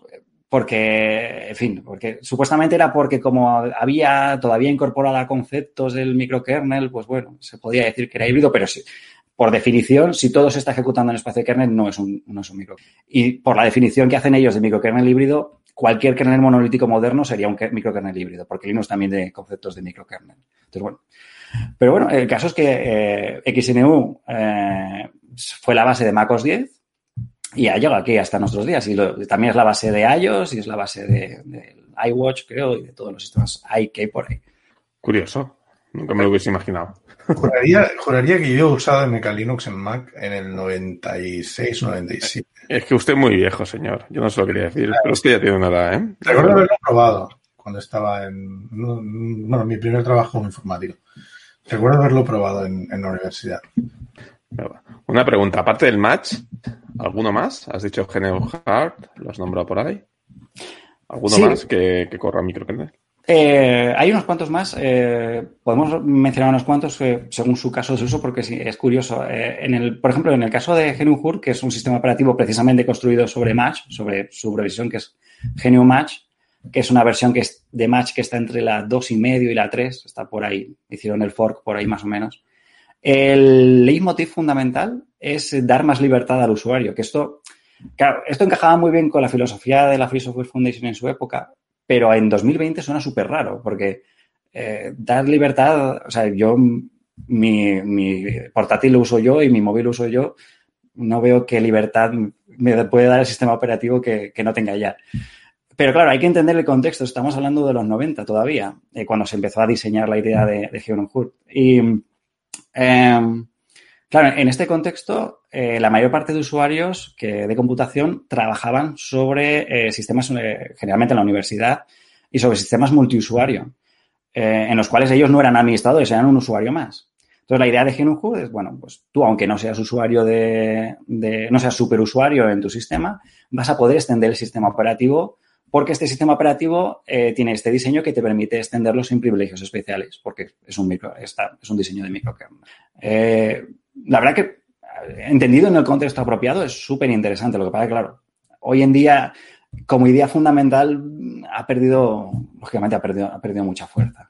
porque, en fin, porque supuestamente era porque como había todavía incorporado a conceptos del microkernel, pues bueno, se podía decir que era híbrido, pero sí, por definición, si todo se está ejecutando en espacio de kernel, no es un, no es un microkernel. Y por la definición que hacen ellos de microkernel híbrido, cualquier kernel monolítico moderno sería un microkernel híbrido, porque Linux también tiene conceptos de microkernel. Entonces, bueno. Pero bueno, el caso es que eh, X N U eh, fue la base de Mac O S diez y ha llegado aquí hasta nuestros días. Y lo, también es la base de iOS y es la base de, de iWatch, creo, y de todos los sistemas i que hay por ahí. Curioso. Nunca me lo hubiese imaginado. Juraría, juraría que yo he usado M K Linux en Mac en el noventa y seis, noventa y siete. Es que usted es muy viejo, señor. Yo no se lo quería decir, claro, pero usted ya tiene una edad, ¿eh? Recuerdo haberlo probado cuando estaba en... Bueno, mi primer trabajo informático. Recuerdo haberlo probado en, en la universidad. Una pregunta. Aparte del Match, ¿alguno más? ¿Has dicho G N U Hard? ¿Lo has nombrado por ahí? ¿Alguno sí. más que, que corra microkernel? Eh, hay unos cuantos más. Eh, podemos mencionar unos cuantos eh, según su caso de uso, porque sí, es curioso. Eh, en el, por ejemplo, en el caso de G N U Hur, que es un sistema operativo precisamente construido sobre Match, sobre su versión que es G N U Match, que es una versión que es de Match que está entre la dos y medio y la tres, está por ahí, hicieron el fork por ahí más o menos. El leitmotiv fundamental es dar más libertad al usuario, que esto, claro, esto encajaba muy bien con la filosofía de la Free Software Foundation en su época, pero en dos mil veinte suena súper raro, porque eh, dar libertad, o sea, yo, mi, mi portátil lo uso yo y mi móvil lo uso yo, no veo qué libertad me puede dar el sistema operativo que, que no tenga ya. Pero claro, hay que entender el contexto. Estamos hablando de los noventa todavía, eh, cuando se empezó a diseñar la idea de, de G N U Hur. Y, eh, claro, en este contexto, eh, la mayor parte de usuarios que de computación trabajaban sobre eh, sistemas, eh, generalmente en la universidad, y sobre sistemas multiusuario, eh, en los cuales ellos no eran administradores, eran un usuario más. Entonces, la idea de G N U Hur es, bueno, pues tú, aunque no seas usuario de, de no seas superusuario en tu sistema, vas a poder extender el sistema operativo porque este sistema operativo eh, tiene este diseño que te permite extenderlo sin privilegios especiales, porque es un, micro, está, es un diseño de microkernel. Eh, la verdad que, entendido en el contexto apropiado, es súper interesante. Lo que pasa es que, claro, hoy en día, como idea fundamental, ha perdido, lógicamente, ha perdido, ha perdido mucha fuerza.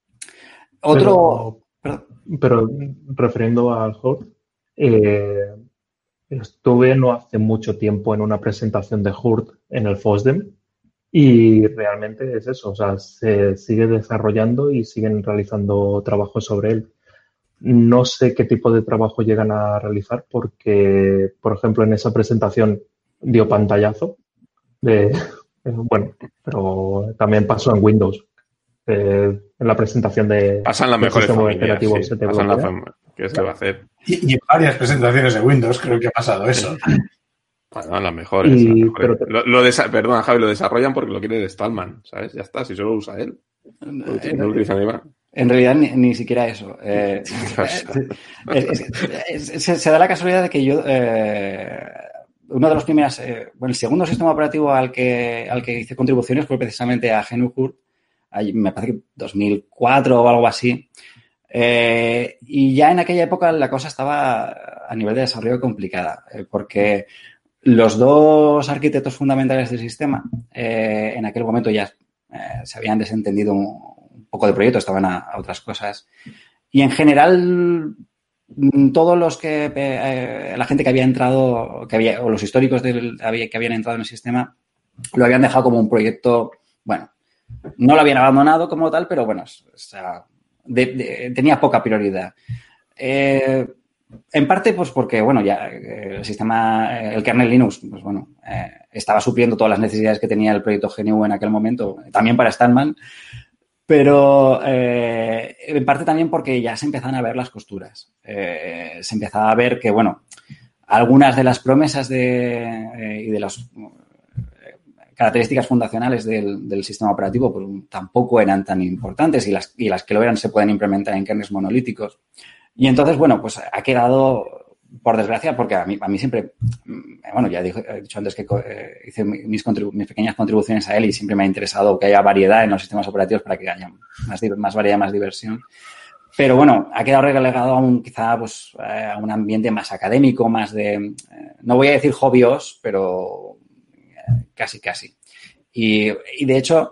Otro... Pero, pero refiriendo al Hort, eh, estuve no hace mucho tiempo en una presentación de Hurt en el FOSDEM y realmente es eso, o sea, se sigue desarrollando y siguen realizando trabajo sobre él. No sé qué tipo de trabajo llegan a realizar porque, por ejemplo, en esa presentación dio pantallazo de, bueno, pero también pasó en Windows. Eh, en la presentación de pasan las mejores familias, sí, se te pasan la fam- ¿qué se va a hacer? Y, y en varias presentaciones de Windows creo que ha pasado eso. Bueno, las mejores. Y, las mejores. pero, Lo, lo desa- perdona, Javi, lo desarrollan porque lo quiere de Stallman, ¿sabes? Ya está, si solo lo usa él. No, no lo utiliza nadie más. En realidad, ni, ni siquiera eso. Eh, es, es, es, se da la casualidad de que yo... Eh, uno de los primeros... Eh, bueno, el segundo sistema operativo al que, al que hice contribuciones fue precisamente a G N U Hurt. Me parece que dos mil cuatro o algo así. Eh, y ya en aquella época la cosa estaba a nivel de desarrollo complicada, eh, porque los dos arquitectos fundamentales del sistema eh, en aquel momento ya eh, se habían desentendido un, un poco del proyecto, estaban a, a otras cosas. Y en general, todos los que, eh, la gente que había entrado, que había, o los históricos del, que habían entrado en el sistema, lo habían dejado como un proyecto, bueno, no lo habían abandonado como tal, pero bueno, o sea, de, de, tenía poca prioridad. Eh, en parte, pues porque, bueno, ya el sistema, el kernel Linux, pues bueno, eh, estaba supliendo todas las necesidades que tenía el proyecto G N U en aquel momento, también para Stallman, pero eh, en parte también porque ya se empezaban a ver las costuras. Eh, se empezaba a ver que, bueno, algunas de las promesas de, eh, y de las características fundacionales del, del sistema operativo pues, tampoco eran tan importantes y las, y las que lo eran se pueden implementar en kernels monolíticos. Y entonces, bueno, pues ha quedado, por desgracia, porque a mí, a mí siempre, bueno, ya dijo, he dicho antes que eh, hice mis, contribu- mis pequeñas contribuciones a él y siempre me ha interesado que haya variedad en los sistemas operativos para que haya más, más variedad, más diversión. Pero bueno, ha quedado relegado a un, quizá pues, a un ambiente más académico, más de, eh, no voy a decir hobbios, pero casi, casi. Y, y de hecho,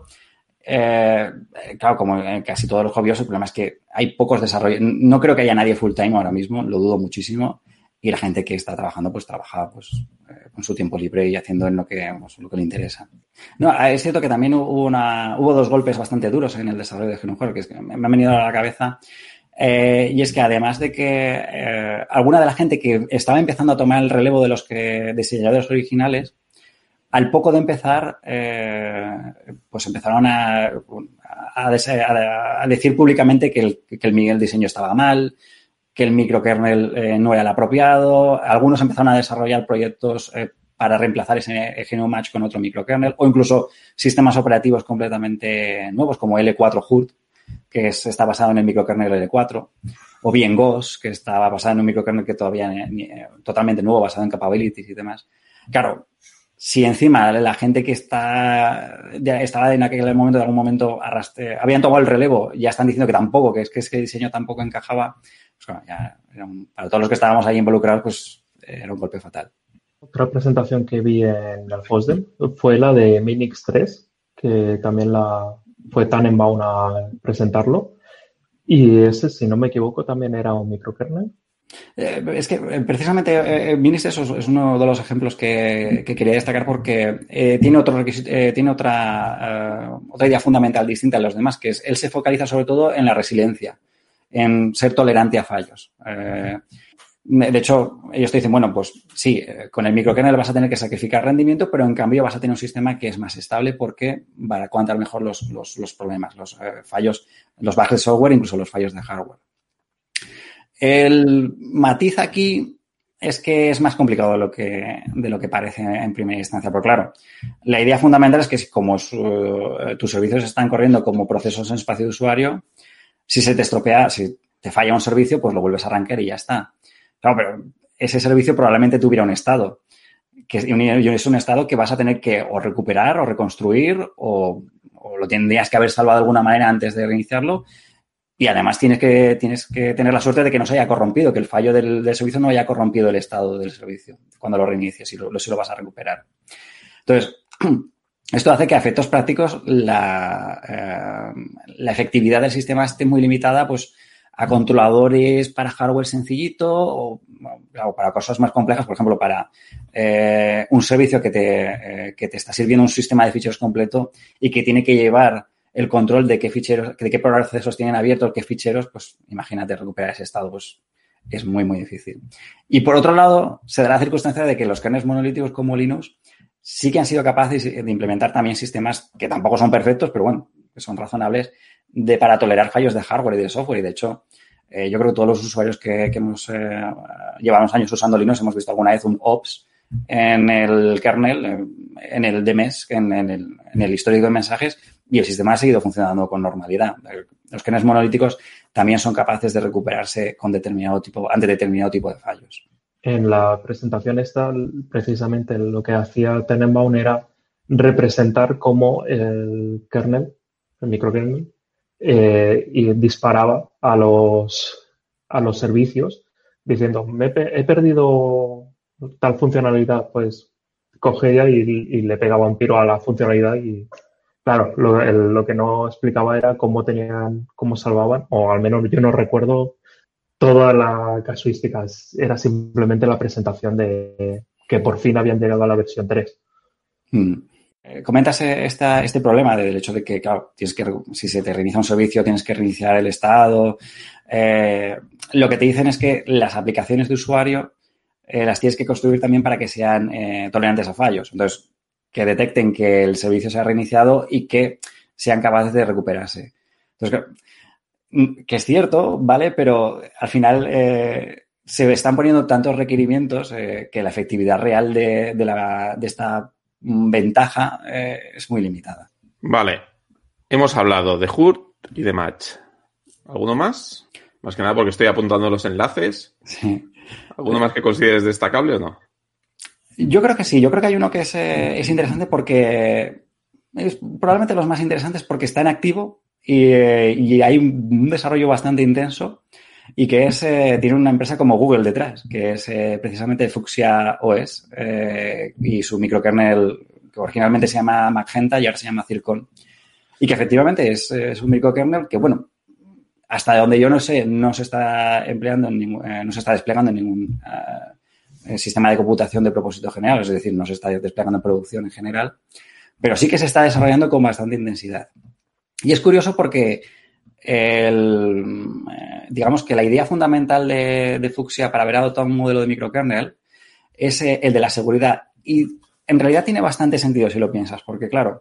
eh, claro, como en casi todos los hobbies, el problema es que hay pocos desarrollos. No creo que haya nadie full time ahora mismo, lo dudo muchísimo. Y la gente que está trabajando, pues trabaja pues, eh, con su tiempo libre y haciendo en lo que, pues, lo que le interesa. No, es cierto que también hubo, una, hubo dos golpes bastante duros en el desarrollo de G N U Hurt, que, es que me han venido a la cabeza. Eh, y es que además de que eh, alguna de la gente que estaba empezando a tomar el relevo de los que, diseñadores originales, al poco de empezar, eh, pues empezaron a, a, a, a decir públicamente que el, que el, el diseño estaba mal, que el microkernel eh, no era el apropiado. Algunos empezaron a desarrollar proyectos eh, para reemplazar ese G N U Match con otro microkernel o incluso sistemas operativos completamente nuevos como L cuatro Hurt, que es, está basado en el microkernel L cuatro, o bien Ghost, que estaba basado en un microkernel que todavía eh, totalmente nuevo, basado en capabilities y demás. Claro, si encima la gente que está ya estaba en aquel momento, de algún momento, arrastre, habían tomado el relevo, ya están diciendo que tampoco, que es que ese diseño tampoco encajaba, pues bueno, ya era un, para todos los que estábamos ahí involucrados, pues era un golpe fatal. Otra presentación que vi en el FOSDEM fue la de Minix tres, que también la fue Tannenbaum a presentarlo. Y ese, si no me equivoco, también era un microkernel. Eh, es que precisamente eh, Minix es, es uno de los ejemplos que, que quería destacar porque eh, tiene otro requisito, eh, tiene otra, uh, otra idea fundamental distinta a los demás, que es él se focaliza sobre todo en la resiliencia, en ser tolerante a fallos. Eh, de hecho, ellos te dicen, bueno, pues sí, con el microkernel vas a tener que sacrificar rendimiento, pero en cambio vas a tener un sistema que es más estable porque va a aguantar mejor los, los, los problemas, los eh, fallos, los bugs de software, incluso los fallos de hardware. El matiz aquí es que es más complicado de lo que, de lo que parece en primera instancia. Pero claro, la idea fundamental es que como su, tus servicios están corriendo como procesos en espacio de usuario, si se te estropea, si te falla un servicio, pues lo vuelves a arrancar y ya está. Claro, pero ese servicio probablemente tuviera un estado que es un estado que vas a tener que o recuperar o reconstruir o, o lo tendrías que haber salvado de alguna manera antes de reiniciarlo. Y además tienes que, tienes que tener la suerte de que no se haya corrompido, que el fallo del, del servicio no haya corrompido el estado del servicio cuando lo reinicies y lo, si lo vas a recuperar. Entonces, esto hace que a efectos prácticos la, eh, la efectividad del sistema esté muy limitada pues, a controladores para hardware sencillito o, o para cosas más complejas, por ejemplo, para eh, un servicio que te, eh, que te está sirviendo un sistema de ficheros completo y que tiene que llevar el control de qué ficheros, de qué procesos tienen abiertos, qué ficheros, pues imagínate recuperar ese estado, pues es muy, muy difícil. Y por otro lado, se da la circunstancia de que los kernels monolíticos como Linux sí que han sido capaces de implementar también sistemas que tampoco son perfectos, pero bueno, que son razonables de, para tolerar fallos de hardware y de software. Y de hecho, eh, yo creo que todos los usuarios que, que hemos eh, llevamos años usando Linux hemos visto alguna vez un ops en el kernel, en el D M E S, en, en, el, en el histórico de mensajes, y el sistema ha seguido funcionando con normalidad. Los kernels monolíticos también son capaces de recuperarse con determinado tipo, ante determinado tipo de fallos. En la presentación esta, precisamente lo que hacía Tenenbaum era representar cómo el kernel, el microkernel, eh, y disparaba a los, a los servicios diciendo, me he, he perdido tal funcionalidad, pues cogía y, y le pegaba un tiro a la funcionalidad y claro, lo, el, lo que no explicaba era cómo tenían, cómo salvaban, o al menos yo no recuerdo toda la casuística. Era simplemente la presentación de que por fin habían llegado a la versión tres. Hmm. Eh, comentas esta, este problema del hecho de que, claro, tienes que, si se te reinicia un servicio, tienes que reiniciar el estado. Eh, lo que te dicen es que las aplicaciones de usuario eh, las tienes que construir también para que sean eh, tolerantes a fallos. Entonces, que detecten que el servicio se ha reiniciado y que sean capaces de recuperarse. Entonces, que es cierto, ¿vale? Pero al final eh, se están poniendo tantos requerimientos eh, que la efectividad real de, de, la, de esta ventaja eh, es muy limitada. Vale. Hemos hablado de Hurt y de Match. ¿Alguno más? Más que nada porque estoy apuntando los enlaces. Sí. ¿Alguno más que consideres destacable o no? Yo creo que sí. Yo creo que hay uno que es, eh, es interesante porque es probablemente los más interesantes porque está en activo y, eh, y hay un, un desarrollo bastante intenso y que es eh, tiene una empresa como Google detrás, que es eh, precisamente Fuchsia O S eh, y su microkernel que originalmente se llama Magenta y ahora se llama Zircon. Y que efectivamente es, es un microkernel que, bueno, hasta donde yo no sé, no se está empleando en ningún, eh, no se está desplegando en ningún eh, sistema de computación de propósito general, es decir, no se está desplegando en producción en general, pero sí que se está desarrollando con bastante intensidad. Y es curioso porque el, eh, digamos que la idea fundamental de, de Fuchsia para haber adoptado un modelo de microkernel es eh, el de la seguridad. Y en realidad tiene bastante sentido si lo piensas, porque claro,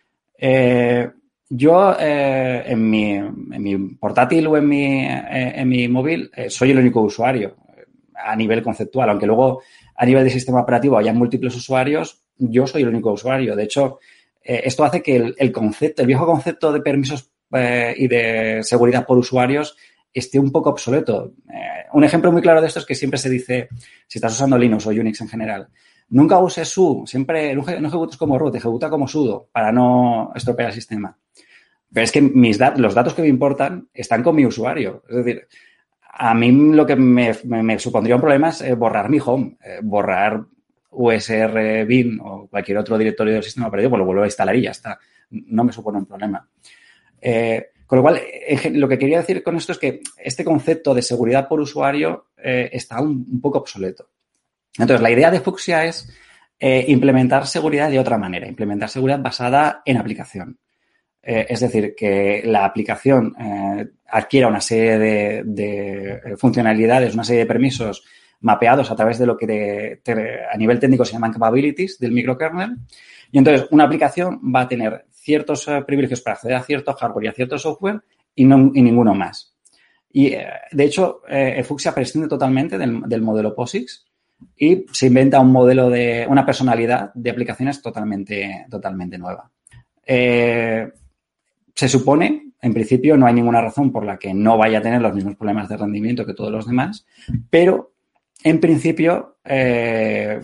eh, yo eh, en, mi, en mi portátil o en mi, eh, en mi móvil eh, soy el único usuario eh, a nivel conceptual, aunque luego a nivel de sistema operativo haya múltiples usuarios, yo soy el único usuario. De hecho, eh, esto hace que el, el concepto, el viejo concepto de permisos eh, y de seguridad por usuarios esté un poco obsoleto. Eh, un ejemplo muy claro de esto es que siempre se dice, si estás usando Linux o Unix en general, nunca uses su, siempre no ejecutes como root, ejecuta como sudo para no estropear el sistema. Pero es que mis dat- los datos que me importan están con mi usuario. Es decir, a mí lo que me, me, me supondría un problema es eh, borrar mi home, eh, borrar U S R bin o cualquier otro directorio del sistema operativo, pues lo vuelvo a instalar y ya está. No me supone un problema. Eh, con lo cual, eh, lo que quería decir con esto es que este concepto de seguridad por usuario eh, está un, un poco obsoleto. Entonces, la idea de Fuchsia es eh, implementar seguridad de otra manera, implementar seguridad basada en aplicación. Eh, es decir, que la aplicación eh, adquiera una serie de, de funcionalidades, una serie de permisos mapeados a través de lo que de, de, a nivel técnico se llaman capabilities del microkernel. Y entonces, una aplicación va a tener ciertos eh, privilegios para acceder a cierto hardware y a cierto software y, no, y ninguno más. Y, eh, de hecho, eh, Fuchsia prescinde totalmente del, del modelo POSIX y se inventa un modelo de, una personalidad de aplicaciones totalmente, totalmente nueva. Eh, se supone, en principio, no hay ninguna razón por la que no vaya a tener los mismos problemas de rendimiento que todos los demás, pero, en principio, eh,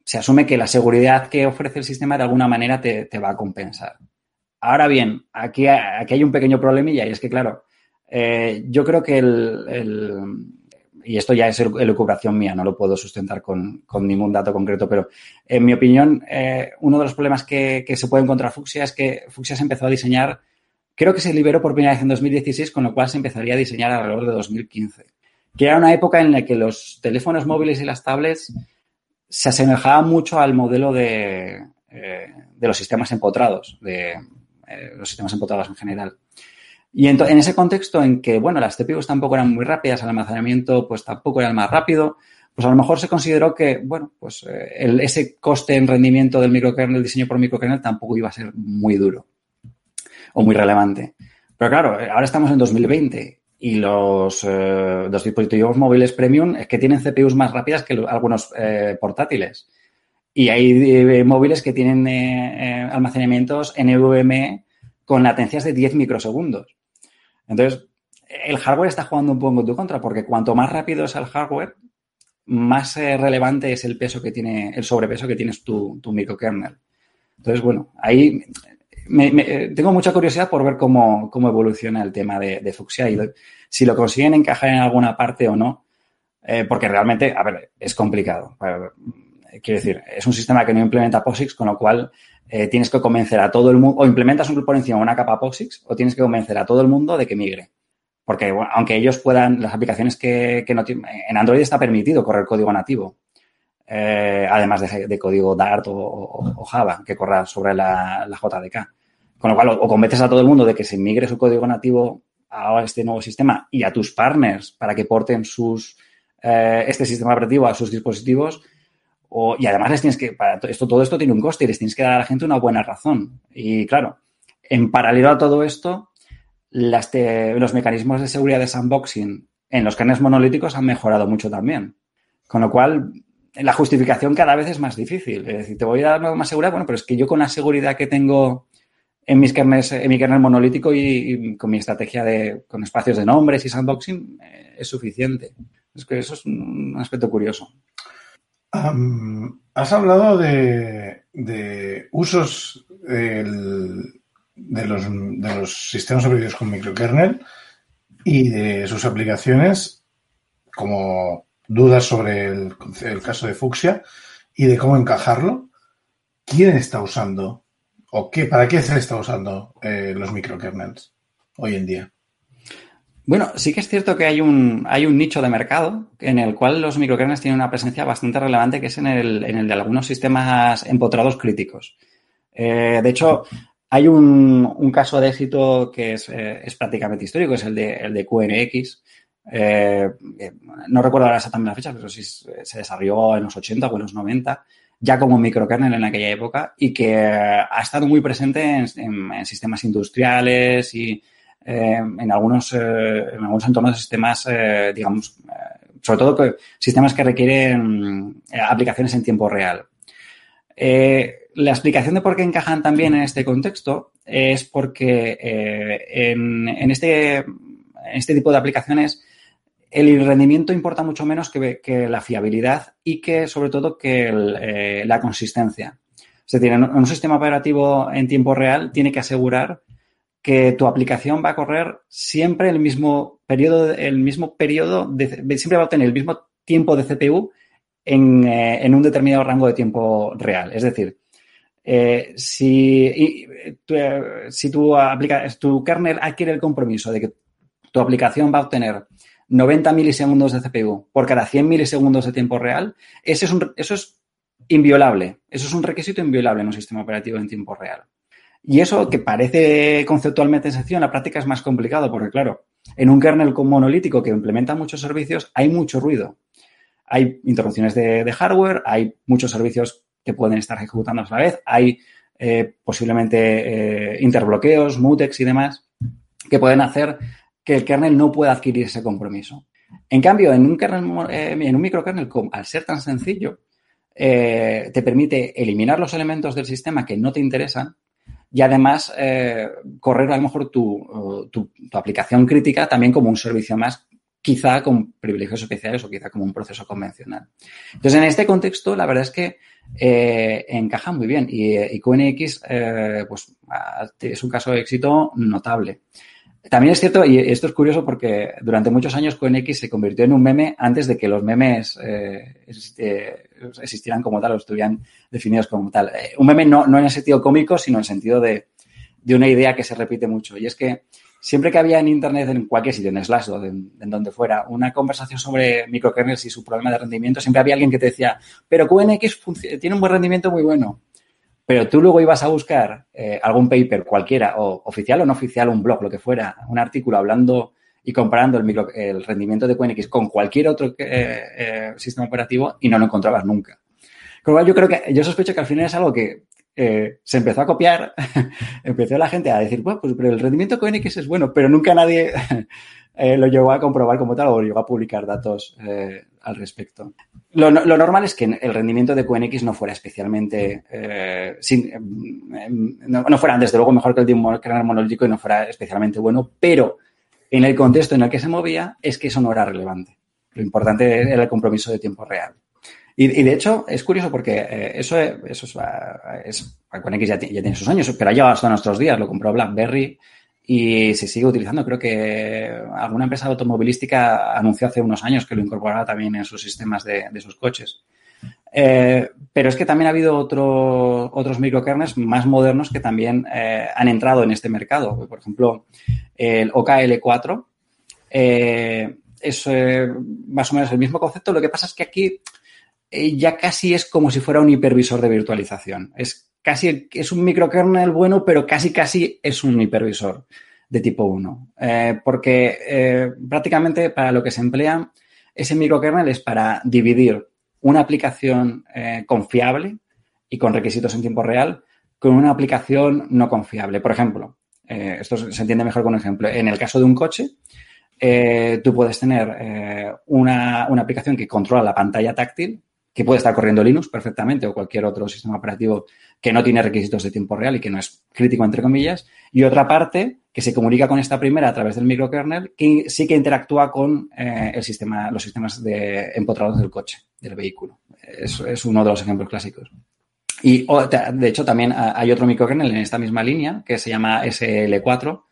se asume que la seguridad que ofrece el sistema de alguna manera te, te va a compensar. Ahora bien, aquí, aquí hay un pequeño problemilla y es que, claro, eh, yo creo que el, el... y esto ya es elucubración mía, no lo puedo sustentar con, con ningún dato concreto, pero en mi opinión, eh, uno de los problemas que, que se puede encontrar Fuchsia es que Fuchsia se empezó a diseñar, creo que se liberó por primera vez en dos mil dieciséis, con lo cual se empezaría a diseñar alrededor de dos mil quince, que era una época en la que los teléfonos móviles y las tablets se asemejaban mucho al modelo de, eh, de los sistemas empotrados, de eh, los sistemas empotrados en general. Y en, en ese contexto en que, bueno, las C P Us tampoco eran muy rápidas, el almacenamiento pues tampoco era el más rápido, pues a lo mejor se consideró que, bueno, pues eh, el, ese coste en rendimiento del microkernel, el diseño por microkernel, tampoco iba a ser muy duro o muy relevante. Pero claro, ahora estamos en dos mil veinte y los, eh, los dispositivos móviles premium es que tienen C P Us más rápidas que los, algunos eh, portátiles. Y hay eh, móviles que tienen eh, eh, almacenamientos N V M e con latencias de diez microsegundos. Entonces, el hardware está jugando un poco en tu contra, porque cuanto más rápido es el hardware, más eh, relevante es el peso que tiene, el sobrepeso que tienes tu, tu microkernel. Entonces, bueno, ahí me, me, tengo mucha curiosidad por ver cómo, cómo evoluciona el tema de, de Fuchsia y de, si lo consiguen encajar en alguna parte o no, eh, porque realmente, a ver, es complicado. Quiero decir, es un sistema que no implementa POSIX, con lo cual eh, tienes que convencer a todo el mundo, o implementas un, por encima una capa POSIX, o tienes que convencer a todo el mundo de que migre. Porque, bueno, aunque ellos puedan, las aplicaciones que, que no tienen, en Android está permitido correr código nativo, eh, además de, de código Dart o, o, o Java, que corra sobre la, la J D K. Con lo cual, o, o convences a todo el mundo de que se migre su código nativo a este nuevo sistema y a tus partners para que porten sus, eh, este sistema operativo a sus dispositivos. O, y además les tienes que, para esto, todo esto tiene un coste y les tienes que dar a la gente una buena razón. Y claro, en paralelo a todo esto, las te, los mecanismos de seguridad de sandboxing en los kernels monolíticos han mejorado mucho también. Con lo cual, la justificación cada vez es más difícil. Es decir, te voy a dar más seguridad, bueno, pero es que yo con la seguridad que tengo en mis kernels, en mi kernel monolítico y, y con mi estrategia de, con espacios de nombres y sandboxing, eh, es suficiente. Es que eso es un aspecto curioso. Um, has hablado de, de usos el, de, los, de los sistemas operativos con microkernel y de sus aplicaciones, como dudas sobre el, el caso de Fuchsia y de cómo encajarlo. ¿Quién está usando o qué, para qué se está usando eh, los microkernels hoy en día? Bueno, sí que es cierto que hay un, hay un nicho de mercado en el cual los microkernels tienen una presencia bastante relevante, que es en el, en el de algunos sistemas empotrados críticos. Eh, de hecho, hay un, un caso de éxito que es, eh, es prácticamente histórico, es el de, el de Q N X. Eh, no recuerdo ahora exactamente la fecha, pero sí se desarrolló en los ochenta o en los noventa, ya como microkernel en aquella época, y que ha estado muy presente en, en, en sistemas industriales y Eh, en algunos eh, en algunos entornos de sistemas, eh, digamos, eh, sobre todo que, sistemas que requieren eh, aplicaciones en tiempo real. Eh, la explicación de por qué encajan también en este contexto es porque eh, en, en, este, en este tipo de aplicaciones el rendimiento importa mucho menos que, que la fiabilidad y que, sobre todo, que el, eh, la consistencia. Es decir, en un sistema operativo en tiempo real tiene que asegurar que tu aplicación va a correr siempre el mismo periodo, el mismo periodo de, siempre va a tener el mismo tiempo de C P U en, eh, en un determinado rango de tiempo real. Es decir, eh, si, y, tu, eh, si tu, aplica, tu kernel adquiere el compromiso de que tu aplicación va a obtener noventa milisegundos de C P U por cada cien milisegundos de tiempo real, ese es un, eso es inviolable. Eso es un requisito inviolable en un sistema operativo en tiempo real. Y eso, que parece conceptualmente sencillo, en la práctica es más complicado porque, claro, en un kernel monolítico que implementa muchos servicios hay mucho ruido. Hay interrupciones de, de hardware, hay muchos servicios que pueden estar ejecutando a la vez, hay eh, posiblemente eh, interbloqueos, mutex y demás que pueden hacer que el kernel no pueda adquirir ese compromiso. En cambio, en un, kernel, eh, en un microkernel, al ser tan sencillo, eh, te permite eliminar los elementos del sistema que no te interesan y además eh, correr a lo mejor tu, tu, tu aplicación crítica también como un servicio más quizá con privilegios especiales o quizá como un proceso convencional. Entonces, en este contexto, la verdad es que eh, encaja muy bien y, y Q N X eh, pues, es un caso de éxito notable. También es cierto, y esto es curioso porque durante muchos años Q N X se convirtió en un meme antes de que los memes eh, existieran como tal o estuvieran definidos como tal. Eh, un meme no, no en el sentido cómico, sino en el sentido de, de una idea que se repite mucho. Y es que siempre que había en Internet, en cualquier sitio, en Slashdot, en, en donde fuera, una conversación sobre microkernels y su problema de rendimiento, siempre había alguien que te decía, pero Q N X tiene un buen rendimiento muy bueno. Pero tú luego ibas a buscar eh, algún paper cualquiera, o oficial o no oficial, un blog, lo que fuera, un artículo hablando y comparando el, micro, el rendimiento de Q N X con cualquier otro eh, eh, sistema operativo y no lo encontrabas nunca. Con lo cual yo creo que, yo sospecho que al final es algo que eh, se empezó a copiar, empezó la gente a decir, bueno, pues pero el rendimiento de Q N X es bueno, pero nunca nadie eh, lo llegó a comprobar como tal o llegó a publicar datos eh, al respecto. Lo, lo normal es que el rendimiento de Q N X no fuera especialmente, eh, sin, eh, no, no fuera desde luego mejor que el de un kernel monolítico y no fuera especialmente bueno, pero en el contexto en el que se movía es que eso no era relevante. Lo importante era el compromiso de tiempo real. Y, y de hecho es curioso porque eh, eso, eso es, es, Q N X ya, ya tiene sus años, pero ha llegado hasta nuestros días, lo compró BlackBerry y se sigue utilizando. Creo que alguna empresa automovilística anunció hace unos años que lo incorporaba también en sus sistemas de, de sus coches. Eh, pero es que también ha habido otro, otros microkernels más modernos que también eh, han entrado en este mercado. Por ejemplo, el O K L cuatro eh, es eh, más o menos el mismo concepto. Lo que pasa es que aquí eh, ya casi es como si fuera un hipervisor de virtualización. Es Casi es un microkernel bueno, pero casi casi es un hipervisor de tipo uno. Eh, porque eh, prácticamente para lo que se emplea ese microkernel es para dividir una aplicación eh, confiable y con requisitos en tiempo real con una aplicación no confiable. Por ejemplo, eh, esto se entiende mejor con un ejemplo. En el caso de un coche, eh, tú puedes tener eh, una, una aplicación que controla la pantalla táctil, que puede estar corriendo Linux perfectamente o cualquier otro sistema operativo que no tiene requisitos de tiempo real y que no es crítico, entre comillas, y otra parte que se comunica con esta primera a través del microkernel que sí que interactúa con eh, el sistema, los sistemas de empotrados del coche, del vehículo. Es, es uno de los ejemplos clásicos. Y, de hecho, también hay otro microkernel en esta misma línea que se llama S L cuatro,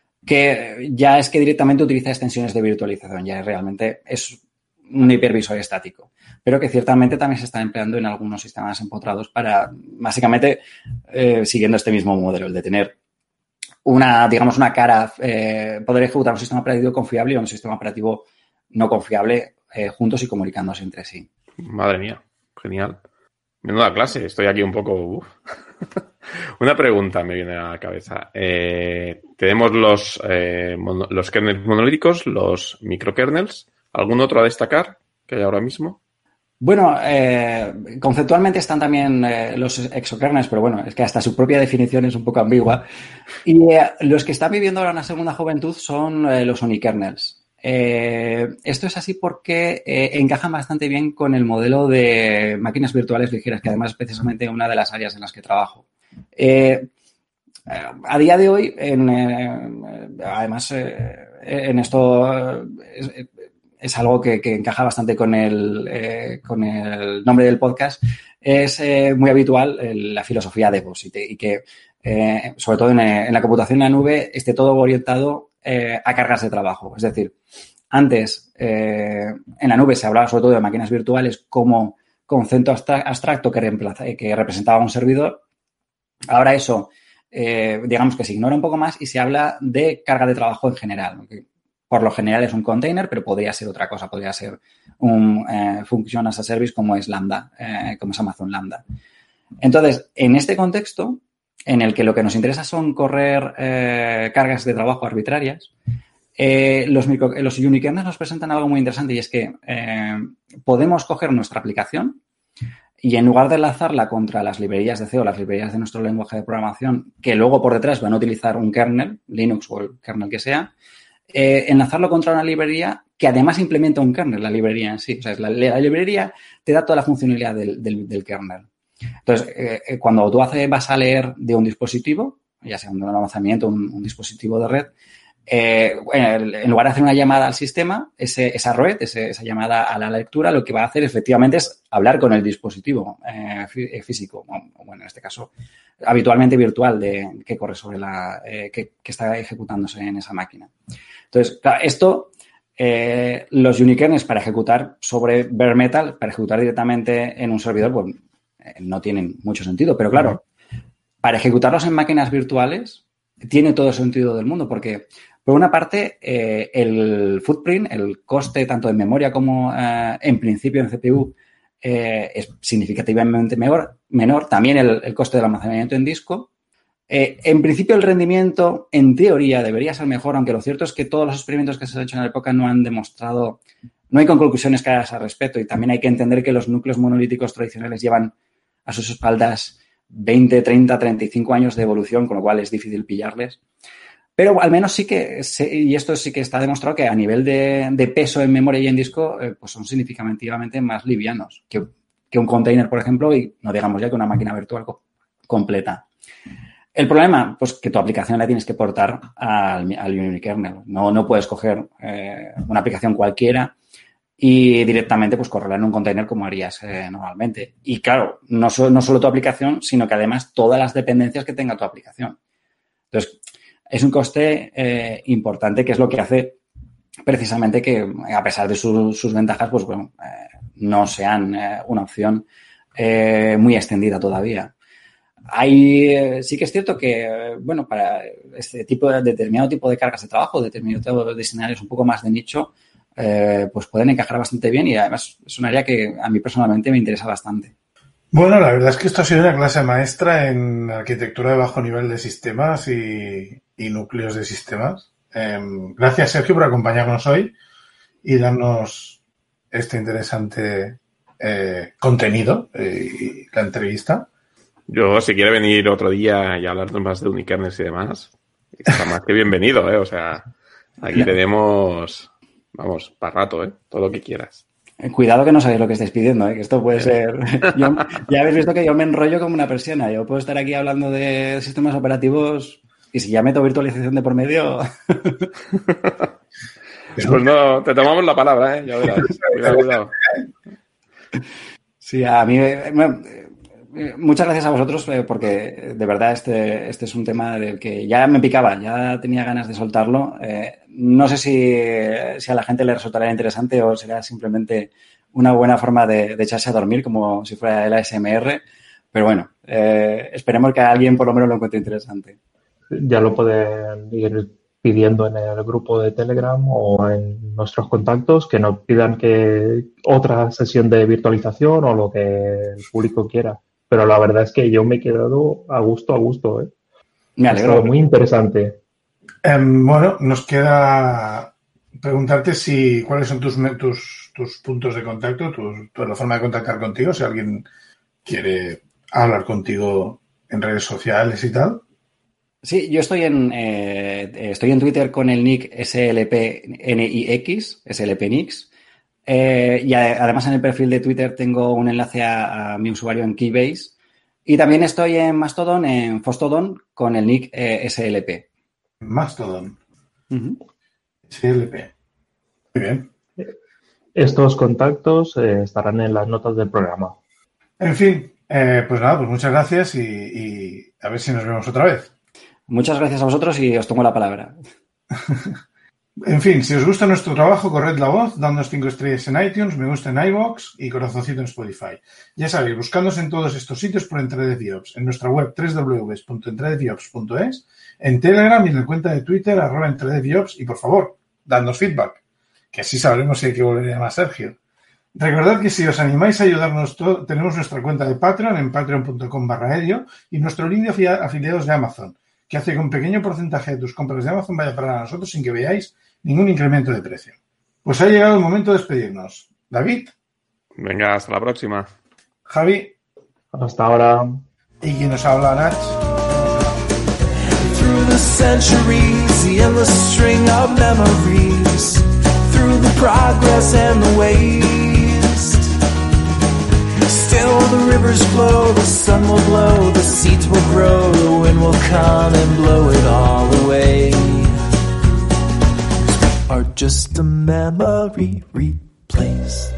que ya es que directamente utiliza extensiones de virtualización, ya realmente es un hipervisor estático, pero que ciertamente también se está empleando en algunos sistemas empotrados para, básicamente, eh, siguiendo este mismo modelo, el de tener una, digamos, una cara, eh, poder ejecutar un sistema operativo confiable y un sistema operativo no confiable eh, juntos y comunicándose entre sí. Madre mía, genial. Menuda clase, estoy aquí un poco... Uf. Una pregunta me viene a la cabeza. Eh, tenemos los, eh, mono, los kernels monolíticos, los microkernels. ¿Algún otro a destacar que hay ahora mismo? Bueno, eh, conceptualmente están también eh, los exokernels, pero bueno, es que hasta su propia definición es un poco ambigua. Y eh, los que están viviendo ahora una segunda juventud son eh, los unikernels. Eh, esto es así porque eh, encajan bastante bien con el modelo de máquinas virtuales ligeras, que además es precisamente una de las áreas en las que trabajo. Eh, a día de hoy, en, eh, además, eh, en esto... Eh, es algo que, que encaja bastante con el, eh, con el nombre del podcast, es eh, muy habitual el, la filosofía DevOps y, te, y que, eh, sobre todo en, en la computación en la nube, esté todo orientado eh, a cargas de trabajo. Es decir, antes eh, en la nube se hablaba sobre todo de máquinas virtuales como concepto abstracto que, reemplaza, que representaba un servidor. Ahora eso, eh, digamos que se ignora un poco más y se habla de carga de trabajo en general, ¿no? Que, por lo general es un container, pero podría ser otra cosa. Podría ser un eh, function as a service como es Lambda, eh, como es Amazon Lambda. Entonces, en este contexto, en el que lo que nos interesa son correr eh, cargas de trabajo arbitrarias, eh, los, micro, los unikernels nos presentan algo muy interesante y es que eh, podemos coger nuestra aplicación y en lugar de enlazarla contra las librerías de C o las librerías de nuestro lenguaje de programación, que luego por detrás van a utilizar un kernel, Linux o el kernel que sea, Eh, enlazarlo contra una librería que además implementa un kernel, la librería en sí. O sea, la, la librería te da toda la funcionalidad del, del, del kernel. Entonces, eh, cuando tú hace, vas a leer de un dispositivo, ya sea un almacenamiento, un, un dispositivo de red, Eh, bueno, en lugar de hacer una llamada al sistema, ese, esa R O E D, ese, esa llamada a la lectura, lo que va a hacer efectivamente es hablar con el dispositivo eh, físico, o bueno, en este caso, habitualmente virtual, de, que corre sobre la, eh, que, que está ejecutándose en esa máquina. Entonces, claro, esto, eh, los unikernels para ejecutar sobre bare metal, para ejecutar directamente en un servidor, pues eh, no tienen mucho sentido, pero claro, para ejecutarlos en máquinas virtuales tiene todo el sentido del mundo, porque por una parte, eh, el footprint, el coste tanto de memoria como eh, en principio en C P U eh, es significativamente menor. menor. También el, el coste del almacenamiento en disco. Eh, en principio, el rendimiento, en teoría, debería ser mejor, aunque lo cierto es que todos los experimentos que se han hecho en la época no han demostrado, no hay conclusiones claras al respecto, y también hay que entender que los núcleos monolíticos tradicionales llevan a sus espaldas veinte, treinta, treinta y cinco años de evolución, con lo cual es difícil pillarles. Pero al menos sí que, y esto sí que está demostrado, que a nivel de, de peso en memoria y en disco, eh, pues son significativamente más livianos que, que un container, por ejemplo, y no digamos ya que una máquina virtual co- completa. El problema, pues que tu aplicación la tienes que portar al, al unikernel. No, no puedes coger eh, una aplicación cualquiera y directamente pues correrla en un container como harías eh, normalmente. Y claro, no, so, no solo tu aplicación, sino que además todas las dependencias que tenga tu aplicación. Entonces, es un coste eh, importante, que es lo que hace precisamente que, a pesar de su, sus ventajas, pues bueno, eh, no sean eh, una opción eh, muy extendida todavía. Hay, eh, sí que es cierto que, eh, bueno, para este tipo de determinado tipo de cargas de trabajo, determinado tipo de escenarios un poco más de nicho, eh, pues pueden encajar bastante bien, y además es un área que a mí personalmente me interesa bastante. Bueno, la verdad es que esto ha sido una clase maestra en arquitectura de bajo nivel de sistemas y, y núcleos de sistemas. Eh, gracias, Sergio, por acompañarnos hoy y darnos este interesante eh, contenido eh, y la entrevista. Yo, si quiere venir otro día y hablarnos más de unikernels y demás, está más que bienvenido, ¿eh? O sea, aquí tenemos, vamos, para rato, ¿eh? Todo lo que quieras. Cuidado que no sabéis lo que estáis pidiendo, ¿eh? Que esto puede ser... Yo, ya habéis visto que yo me enrollo como una persiana. Yo puedo estar aquí hablando de sistemas operativos y si ya meto virtualización de por medio... Pues no, te tomamos la palabra, ¿eh? Ya verás. Cuidado, cuidado. Sí, a mí... Bueno, muchas gracias a vosotros, porque de verdad este, este es un tema del que ya me picaba, ya tenía ganas de soltarlo. Eh, no sé si, si a la gente le resultará interesante o será simplemente una buena forma de, de echarse a dormir, como si fuera el A S M R, pero bueno, eh, esperemos que alguien por lo menos lo encuentre interesante. Ya lo pueden ir pidiendo en el grupo de Telegram o en nuestros contactos, que nos pidan que otra sesión de virtualización o lo que el público quiera. Pero la verdad es que yo me he quedado a gusto, a gusto, ¿eh? Me alegro. Ha estado muy interesante. Eh, bueno, nos queda preguntarte si cuáles son tus, tus, tus puntos de contacto, tu, tu, la forma de contactar contigo, si alguien quiere hablar contigo en redes sociales y tal. Sí, yo estoy en eh, estoy en Twitter con el nick S L P N I X, S L P Nix. Eh, y a, además en el perfil de Twitter tengo un enlace a, a mi usuario en Keybase. Y también estoy en Mastodon, en Fostodon, con el nick eh, S L P. Mastodon. Uh-huh. S L P. Muy bien. Estos contactos eh, estarán en las notas del programa. En fin, eh, pues nada, pues muchas gracias y, y a ver si nos vemos otra vez. Muchas gracias a vosotros y os tomo la palabra. En fin, si os gusta nuestro trabajo, corred la voz, dándonos cinco estrellas en iTunes, me gusta en iVoox y corazoncito en Spotify. Ya sabéis, buscándonos en todos estos sitios por EntredeDevOps, en nuestra web doble u doble u doble u punto entrededevOps punto es, en Telegram y en la cuenta de Twitter, arroba EntredeDevOps, y por favor, dadnos feedback, que así sabremos si hay que volver a llamar a Sergio. Recordad que si os animáis a ayudarnos, todo, tenemos nuestra cuenta de Patreon en patreon punto com barra ello y nuestro link de afiliados de Amazon, que hace que un pequeño porcentaje de tus compras de Amazon vaya para nosotros sin que veáis ningún incremento de precio. Pues ha llegado el momento de despedirnos. David. Venga, hasta la próxima. Javi. Hasta ahora. Y quien nos habla, Nach. Through the centuries, the endless string of memories, through the progress and the waste, still the rivers flow, the sun will blow, the seeds will grow, the wind will come and blow it all away. are just a memory replaced.